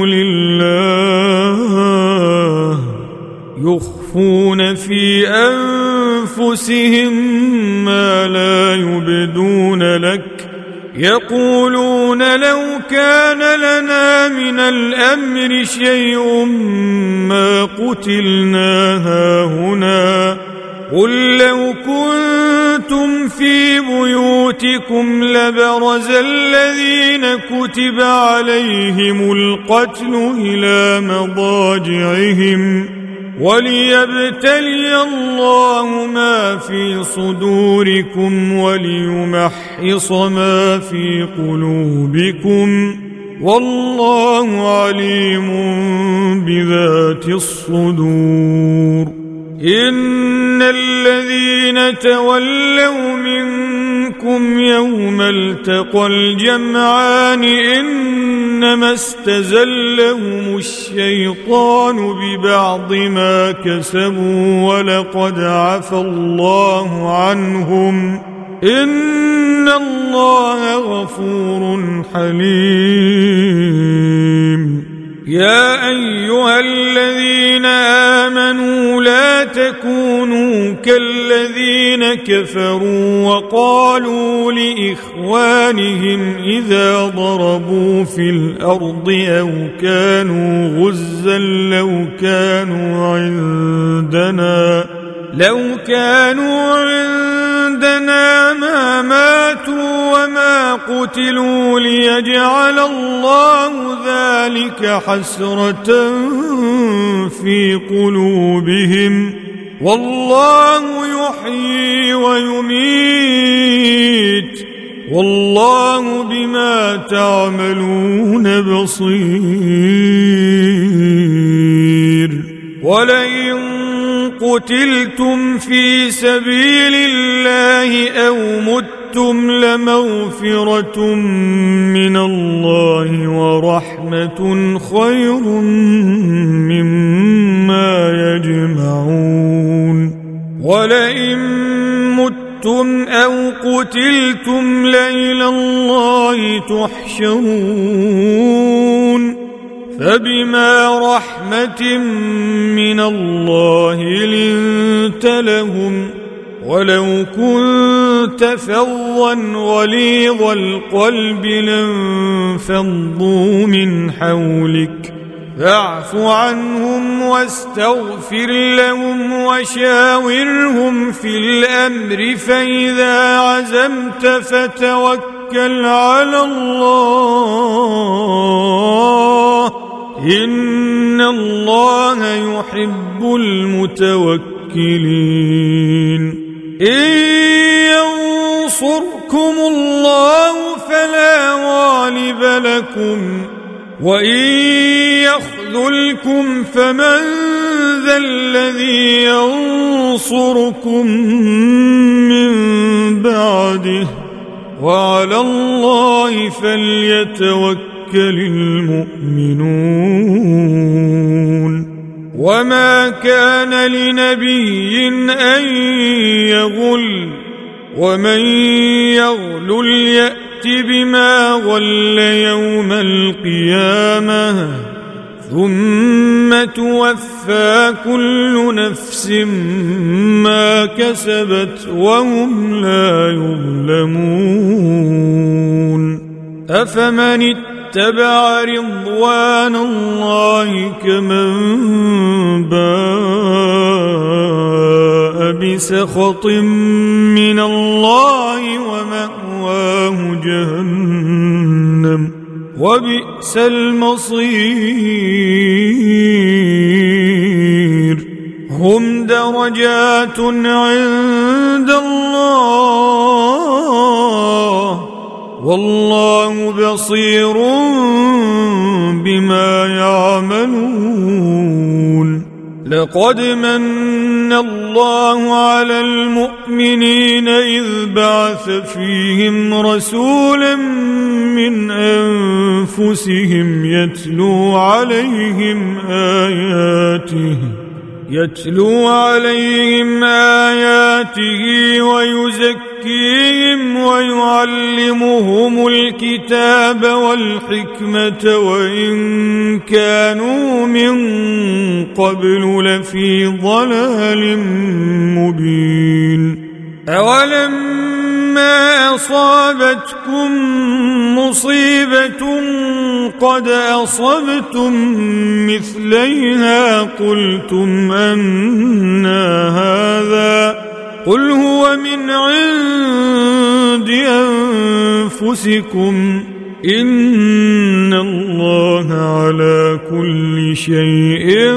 لله يخفون في أنفسهم ما لا يبدون لك يقولون لو كان لنا من الأمر شيء ما قتلنا هاهنا قل لو كنتم في بيوتكم لبرز الذين كتب عليهم القتل إلى مضاجعهم وليبتلي الله ما في صدوركم وليمحص ما في قلوبكم والله عليم بذات الصدور إن الذين تولوا منكم يوم التقى الجمعان إنما استزلهم الشيطان ببعض ما كسبوا ولقد عفا الله عنهم إن الله غفور حليم يا أيها الذين آمنوا لا تكونوا كالذين كفروا وقالوا لإخوانهم إذا ضربوا في الأرض أو كانوا غزا لو كانوا عندنا لو كانوا عندنا ما ماتوا وما قتلوا ليجعل الله ذلك حسرة في قلوبهم والله يحيي ويميت والله بما تعملون بصير ولئن قتلتم في سبيل الله أو متم لمغفرة من الله ورحمة خير مما يجمعون ولئن متم أو قتلتم لإلى الله تحشرون فبما رحمة من الله لنت لهم ولو كنت فظا غليظ القلب لانفضوا من حولك فاعف عنهم فاستغفر لهم واستغفر لهم وشاورهم في الأمر فإذا عزمت فتوكل على الله إن الله يحب المتوكلين إن ينصركم الله فلا غالب لكم وإن يخذلكم فمن ذا الذي ينصركم من بعده وعلى الله فليتوكل المؤمنون وما كان لنبي أن يغل ومن يغلل يأت بما غل يوم القيامة ثم توفى كل نفس ما كسبت وهم لا يظلمون أفمن اتبع رضوان الله كمن باء بسخط من الله ومأواه جهنم وبئس المصير هم درجات عند الله والله بصير بما يعملون لقد من الله على المؤمنين إذ بعث فيهم رسولا من أنفسهم يتلو عليهم آياته يتلو عليهم آياته ويزكيهم ويعلمهم الكتاب والحكمة وإن كانوا من قبل لفي ضلال مبين أولما أصابتكم مصيبة قد أصبتم مثليها قلتم أنى هذا قل هو من عند أنفسكم إن الله على كل شيء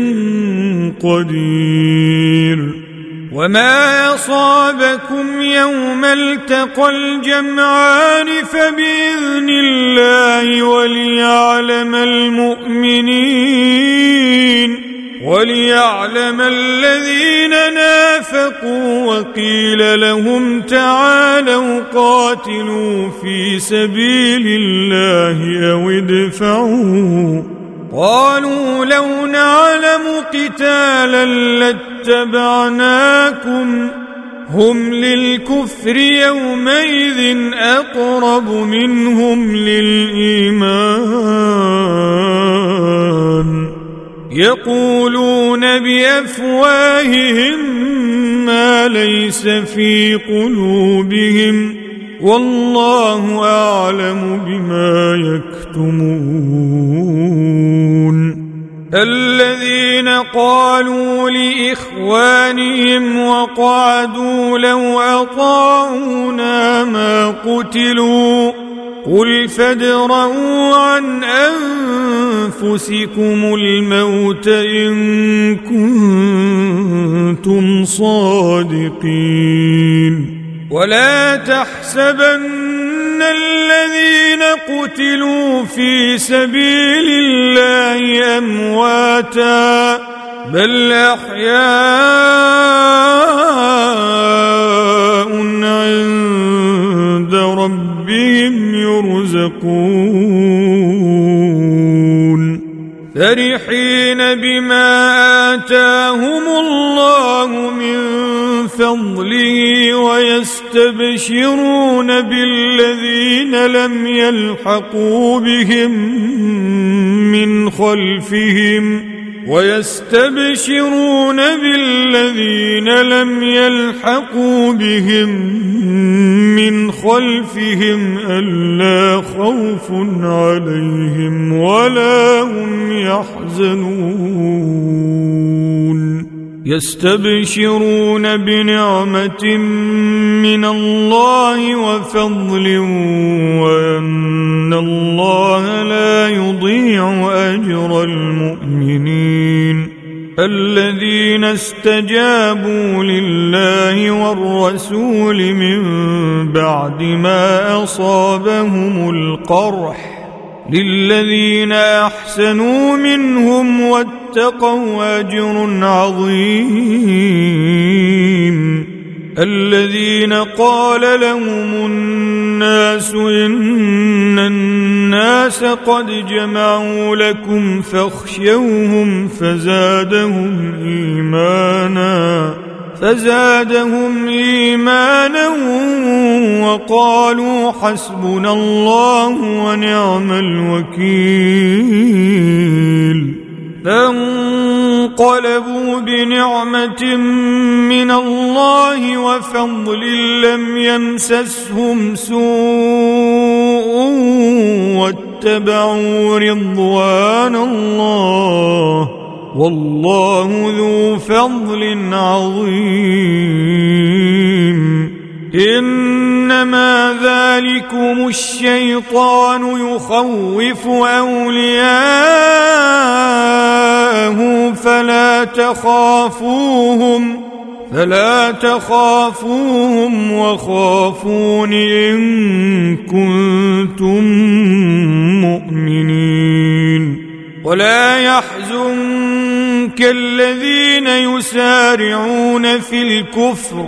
قدير وما أصابكم يوم التقى الجمعان فبإذن الله وليعلم المؤمنين وليعلم الذين نافقوا وقيل لهم تعالوا قاتلوا في سبيل الله أو ادفعوا قالوا لو نعلم قتالا لاتبعناكم هم للكفر يومئذ أقرب منهم للإيمان يقولون بأفواههم ما ليس في قلوبهم والله أعلم بما يكتمون الذين قالوا لإخوانهم وقعدوا لو أطاعونا ما قتلوا قل فادرءوا عن أنفسكم الموت إن كنتم صادقين ولا تحسبن الذين قتلوا في سبيل الله أمواتا بل أحياء عند ربهم يرزقون فرحين بما آتاهم الله من فضله ويستبشرون بالذين لم يلحقوا بهم من خلفهم ويستبشرون بالذين لم يلحقوا بهم من خلفهم ألا خوف عليهم ولا هم يحزنون يستبشرون بنعمة من الله وفضل وأن الله لا يضيع أجر المؤمنين الذين استجابوا لله والرسول من بعد ما أصابهم القرح للذين أحسنوا منهم واتقوا أجر عظيم الذين قال لهم الناس إن الناس قد جمعوا لكم فاخشوهم فزادهم إيمانا فزادهم إيمانا وقالوا حسبنا الله ونعم الوكيل فانقلبوا بنعمة من الله وفضل لم يمسسهم سوء واتبعوا رضوان الله والله ذو فضل عظيم إنما ذلكم الشيطان يخوف أولياءه فلا تخافوهم فلا تخافوهم وخافون إن كنتم مؤمنين ولا يحزنك الذين يسارعون في الكفر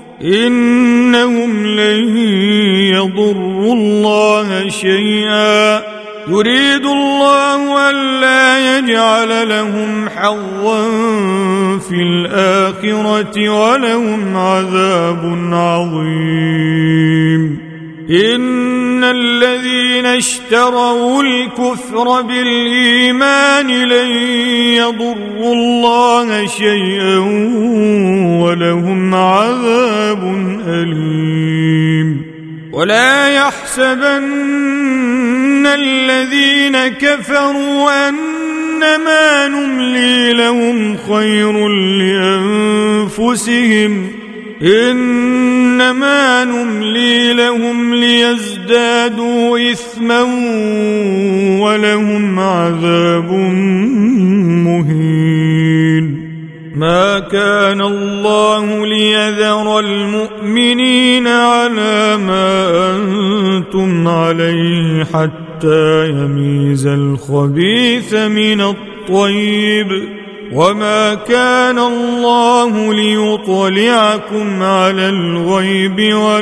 إنهم لن يضروا الله شيئا يريد الله ألا يجعل لهم حظا في الآخرة ولهم عذاب عظيم إن الذين اشتروا الكفر بالإيمان لن يضروا الله شيئا ولهم عذاب أليم ولا يحسبن الذين كفروا أنما نملي لهم خير لأنفسهم إنما نملي لهم ليزدادوا إثما ولهم عذاب مهين ما كان الله ليذر المؤمنين على ما أنتم عليه حتى يميز الخبيث من الطيب وما كان الله ليطلعكم على الغيب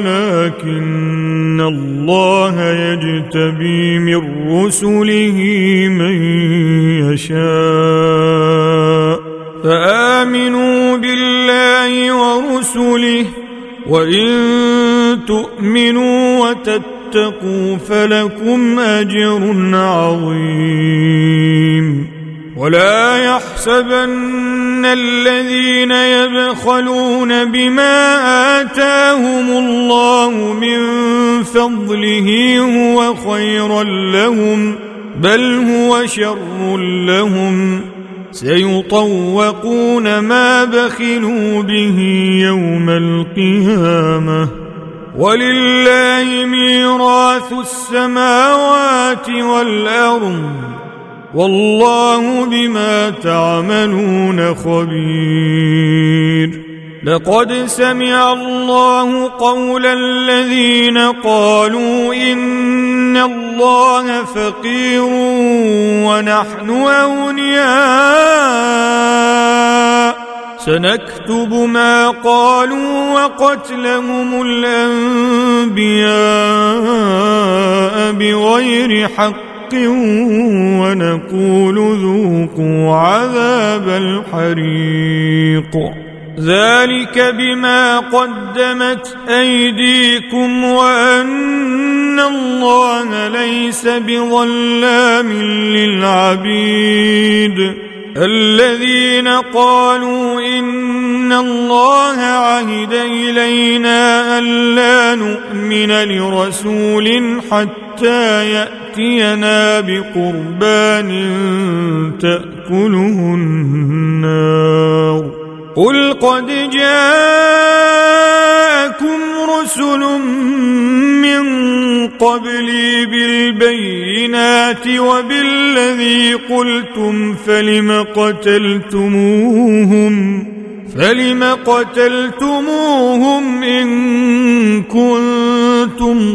ولكن الله يجتبي من رسله من يشاء فآمنوا بالله ورسله وإن تؤمنوا وتتقوا فلكم أجر عظيم ولا يحسبن الذين يبخلون بما آتاهم الله من فضله هو خيرا لهم بل هو شر لهم سيطوقون ما بخلوا به يوم القيامة ولله ميراث السماوات والأرض والله بما تعملون خبير لقد سمع الله قول الذين قالوا إن الله فقير ونحن أغنياء سنكتب ما قالوا وقتلهم الأنبياء بغير حق ونقول ذوقوا عذاب الحريق ذلك بما قدمت أيديكم وأن الله ليس بظلام للعبيد الذين قالوا إن الله عهد إلينا ألا نؤمن لرسول حتى يأتينا بقربان تأكله النار قل قد جاءكم رسل من قبلي بالبينات وبالذي قلتم فلم قتلتموهم فلم قتلتموهم إن كنتم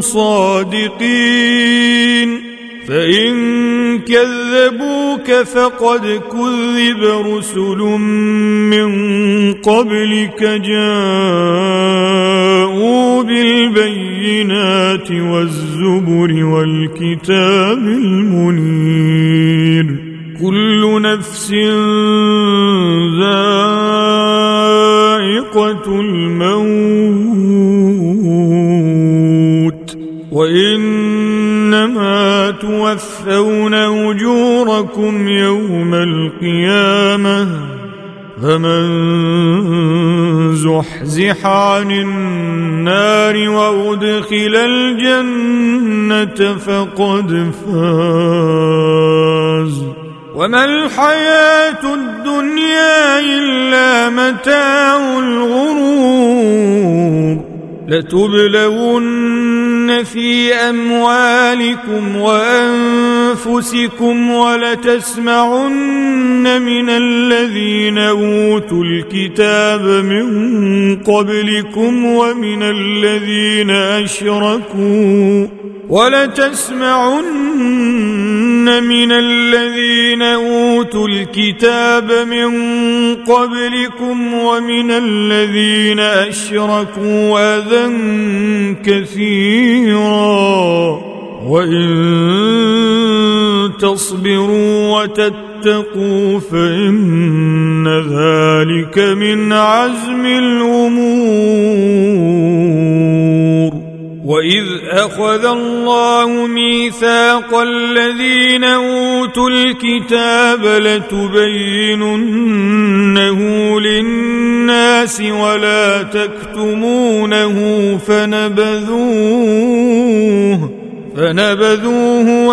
صادقين فإن كذبوك فقد كذب رسل من قبلك جاءوا بالبينات والزبر والكتاب المنير كل نفس ذائقة الموت وإنما توفون أجوركم يوم القيامة فمن زحزح عن النار وأدخل الجنة فقد فاز وما الحياة الدنيا إلا متاع الغرور لتبلون في أموالكم وأنفسكم ولتسمعن من الذين أوتوا الكتاب من قبلكم ومن الذين أشركوا ولتسمعن من الذين أوتوا الكتاب من قبلكم ومن الذين أشركوا أذى كثيرا وإن تصبروا وتتقوا فإن ذلك من عزم الأمور وإذ أخذ الله ميثاق الذين أوتوا الكتاب لتبيننه للناس ولا تكتمونه فنبذوه فنبذوه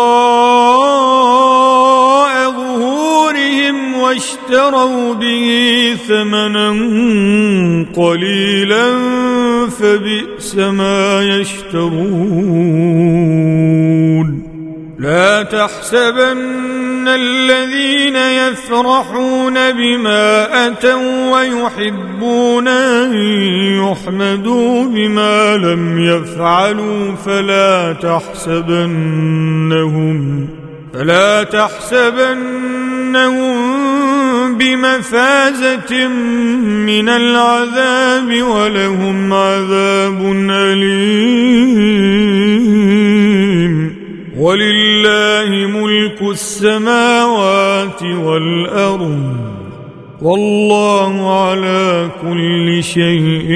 وراء ظهورهم واشتروا به ثمنا قليلا فبئس ما يشترون لا تحسبن الذين يفرحون بما أتوا ويحبون أن يحمدوا بما لم يفعلوا فلا تحسبنهم فلا تحسبنهم بمفازة من العذاب ولهم عذاب أليم ولله ملك السماوات والأرض والله على كل شيء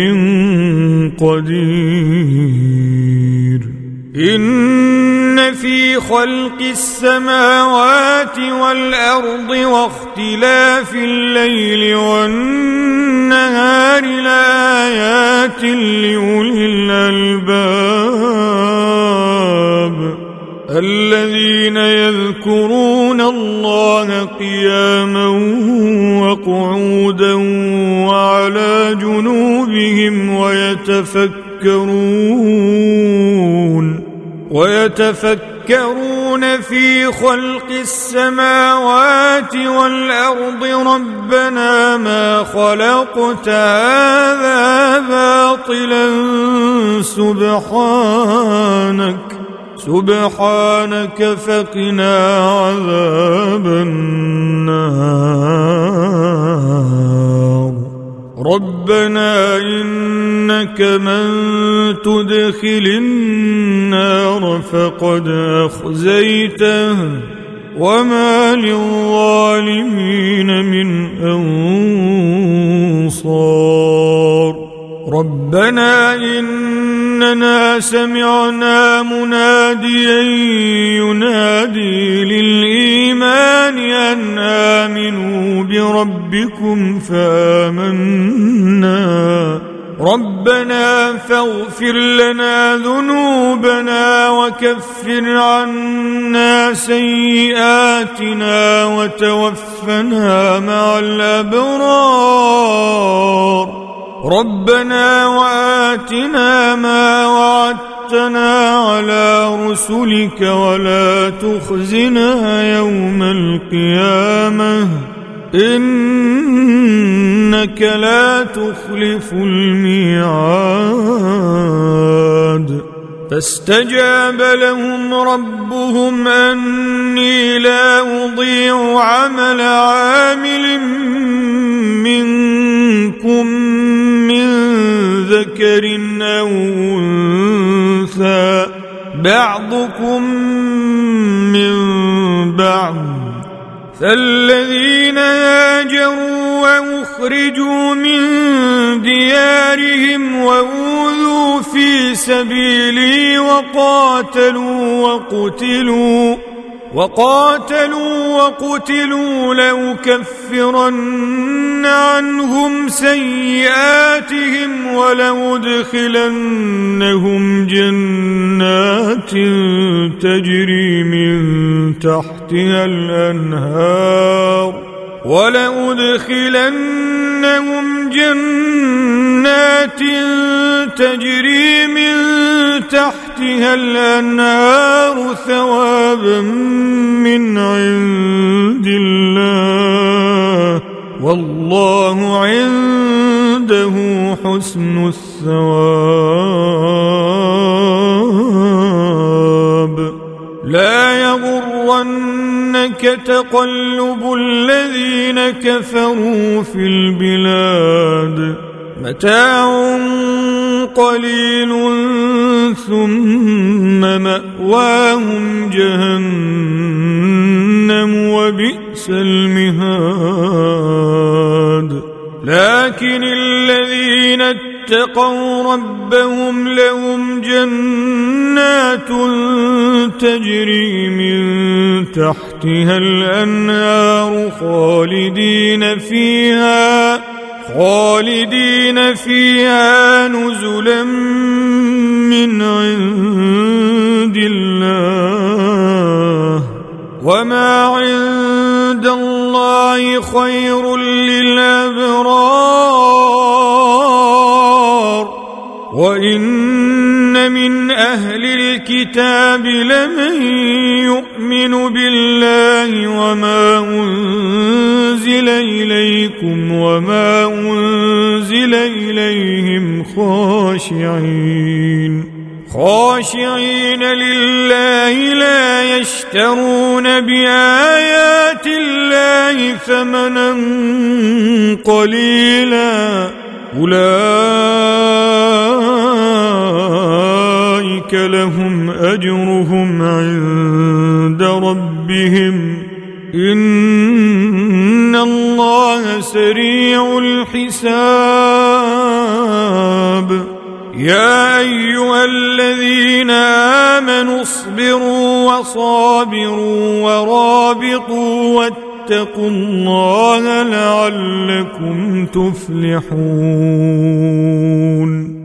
قدير إن في خلق السماوات والأرض واختلاف الليل والنهار لآيات لأولي الألباب الذين يذكرون الله قياما وقعودا وعلى جنوبهم ويتفكرون ويتفكرون في خلق السماوات والأرض ربنا ما خلقت هذا باطلا سبحانك سبحانك فقنا عذاب النار ربنا إنك من تدخل النار فقد أخزيته وما للظالمين من أنصار ربنا إننا سمعنا مناديا ينادي للإيمان أن آمنوا بربكم فآمنا ربنا فاغفر لنا ذنوبنا وكفر عنا سيئاتنا وتوفنا مع الأبرار ربنا وآتنا ما وعدتنا على رسلك ولا تخزنا يوم القيامة إنك لا تخلف الميعاد فاستجاب لهم ربهم أني لا أضيع عمل عامل منكم من ذكر أو أنثى بعضكم من بعض فالذين هاجروا وأخرجوا من ديارهم وأوذوا في سبيلي وقاتلوا وقتلوا وقاتلوا وقتلوا لأكفرن عنهم سيئاتهم ولأدخلنهم جنات تجري من تحتها الأنهار ولأدخلنهم جنات تجري من تحتها الأنهار ثوابا من عند الله والله عنده حسن الثواب لا يغرنك تقلب الذين كفروا في البلاد متاع قليل ثم مأواهم جهنم وبئس المهاد لكن الذين اتقوا ربهم لهم جنات تجري من تحتها الأنهار خالدين فيها خالدين فيها نزلا من عند الله وما عند الله خير للأبرار وإن من أهل الكتاب لمن يؤمن بالله وما أنزل إليكم وما أنزل إليهم خاشعين خاشعين لله لا يشترون بآيات الله ثمنا قليلا أولئك لهم أجرهم عند ربهم إن الله سريع الحساب يا أيها الذين آمنوا اصبروا وصابروا ورابطوا واتقوا الله لعلكم تفلحون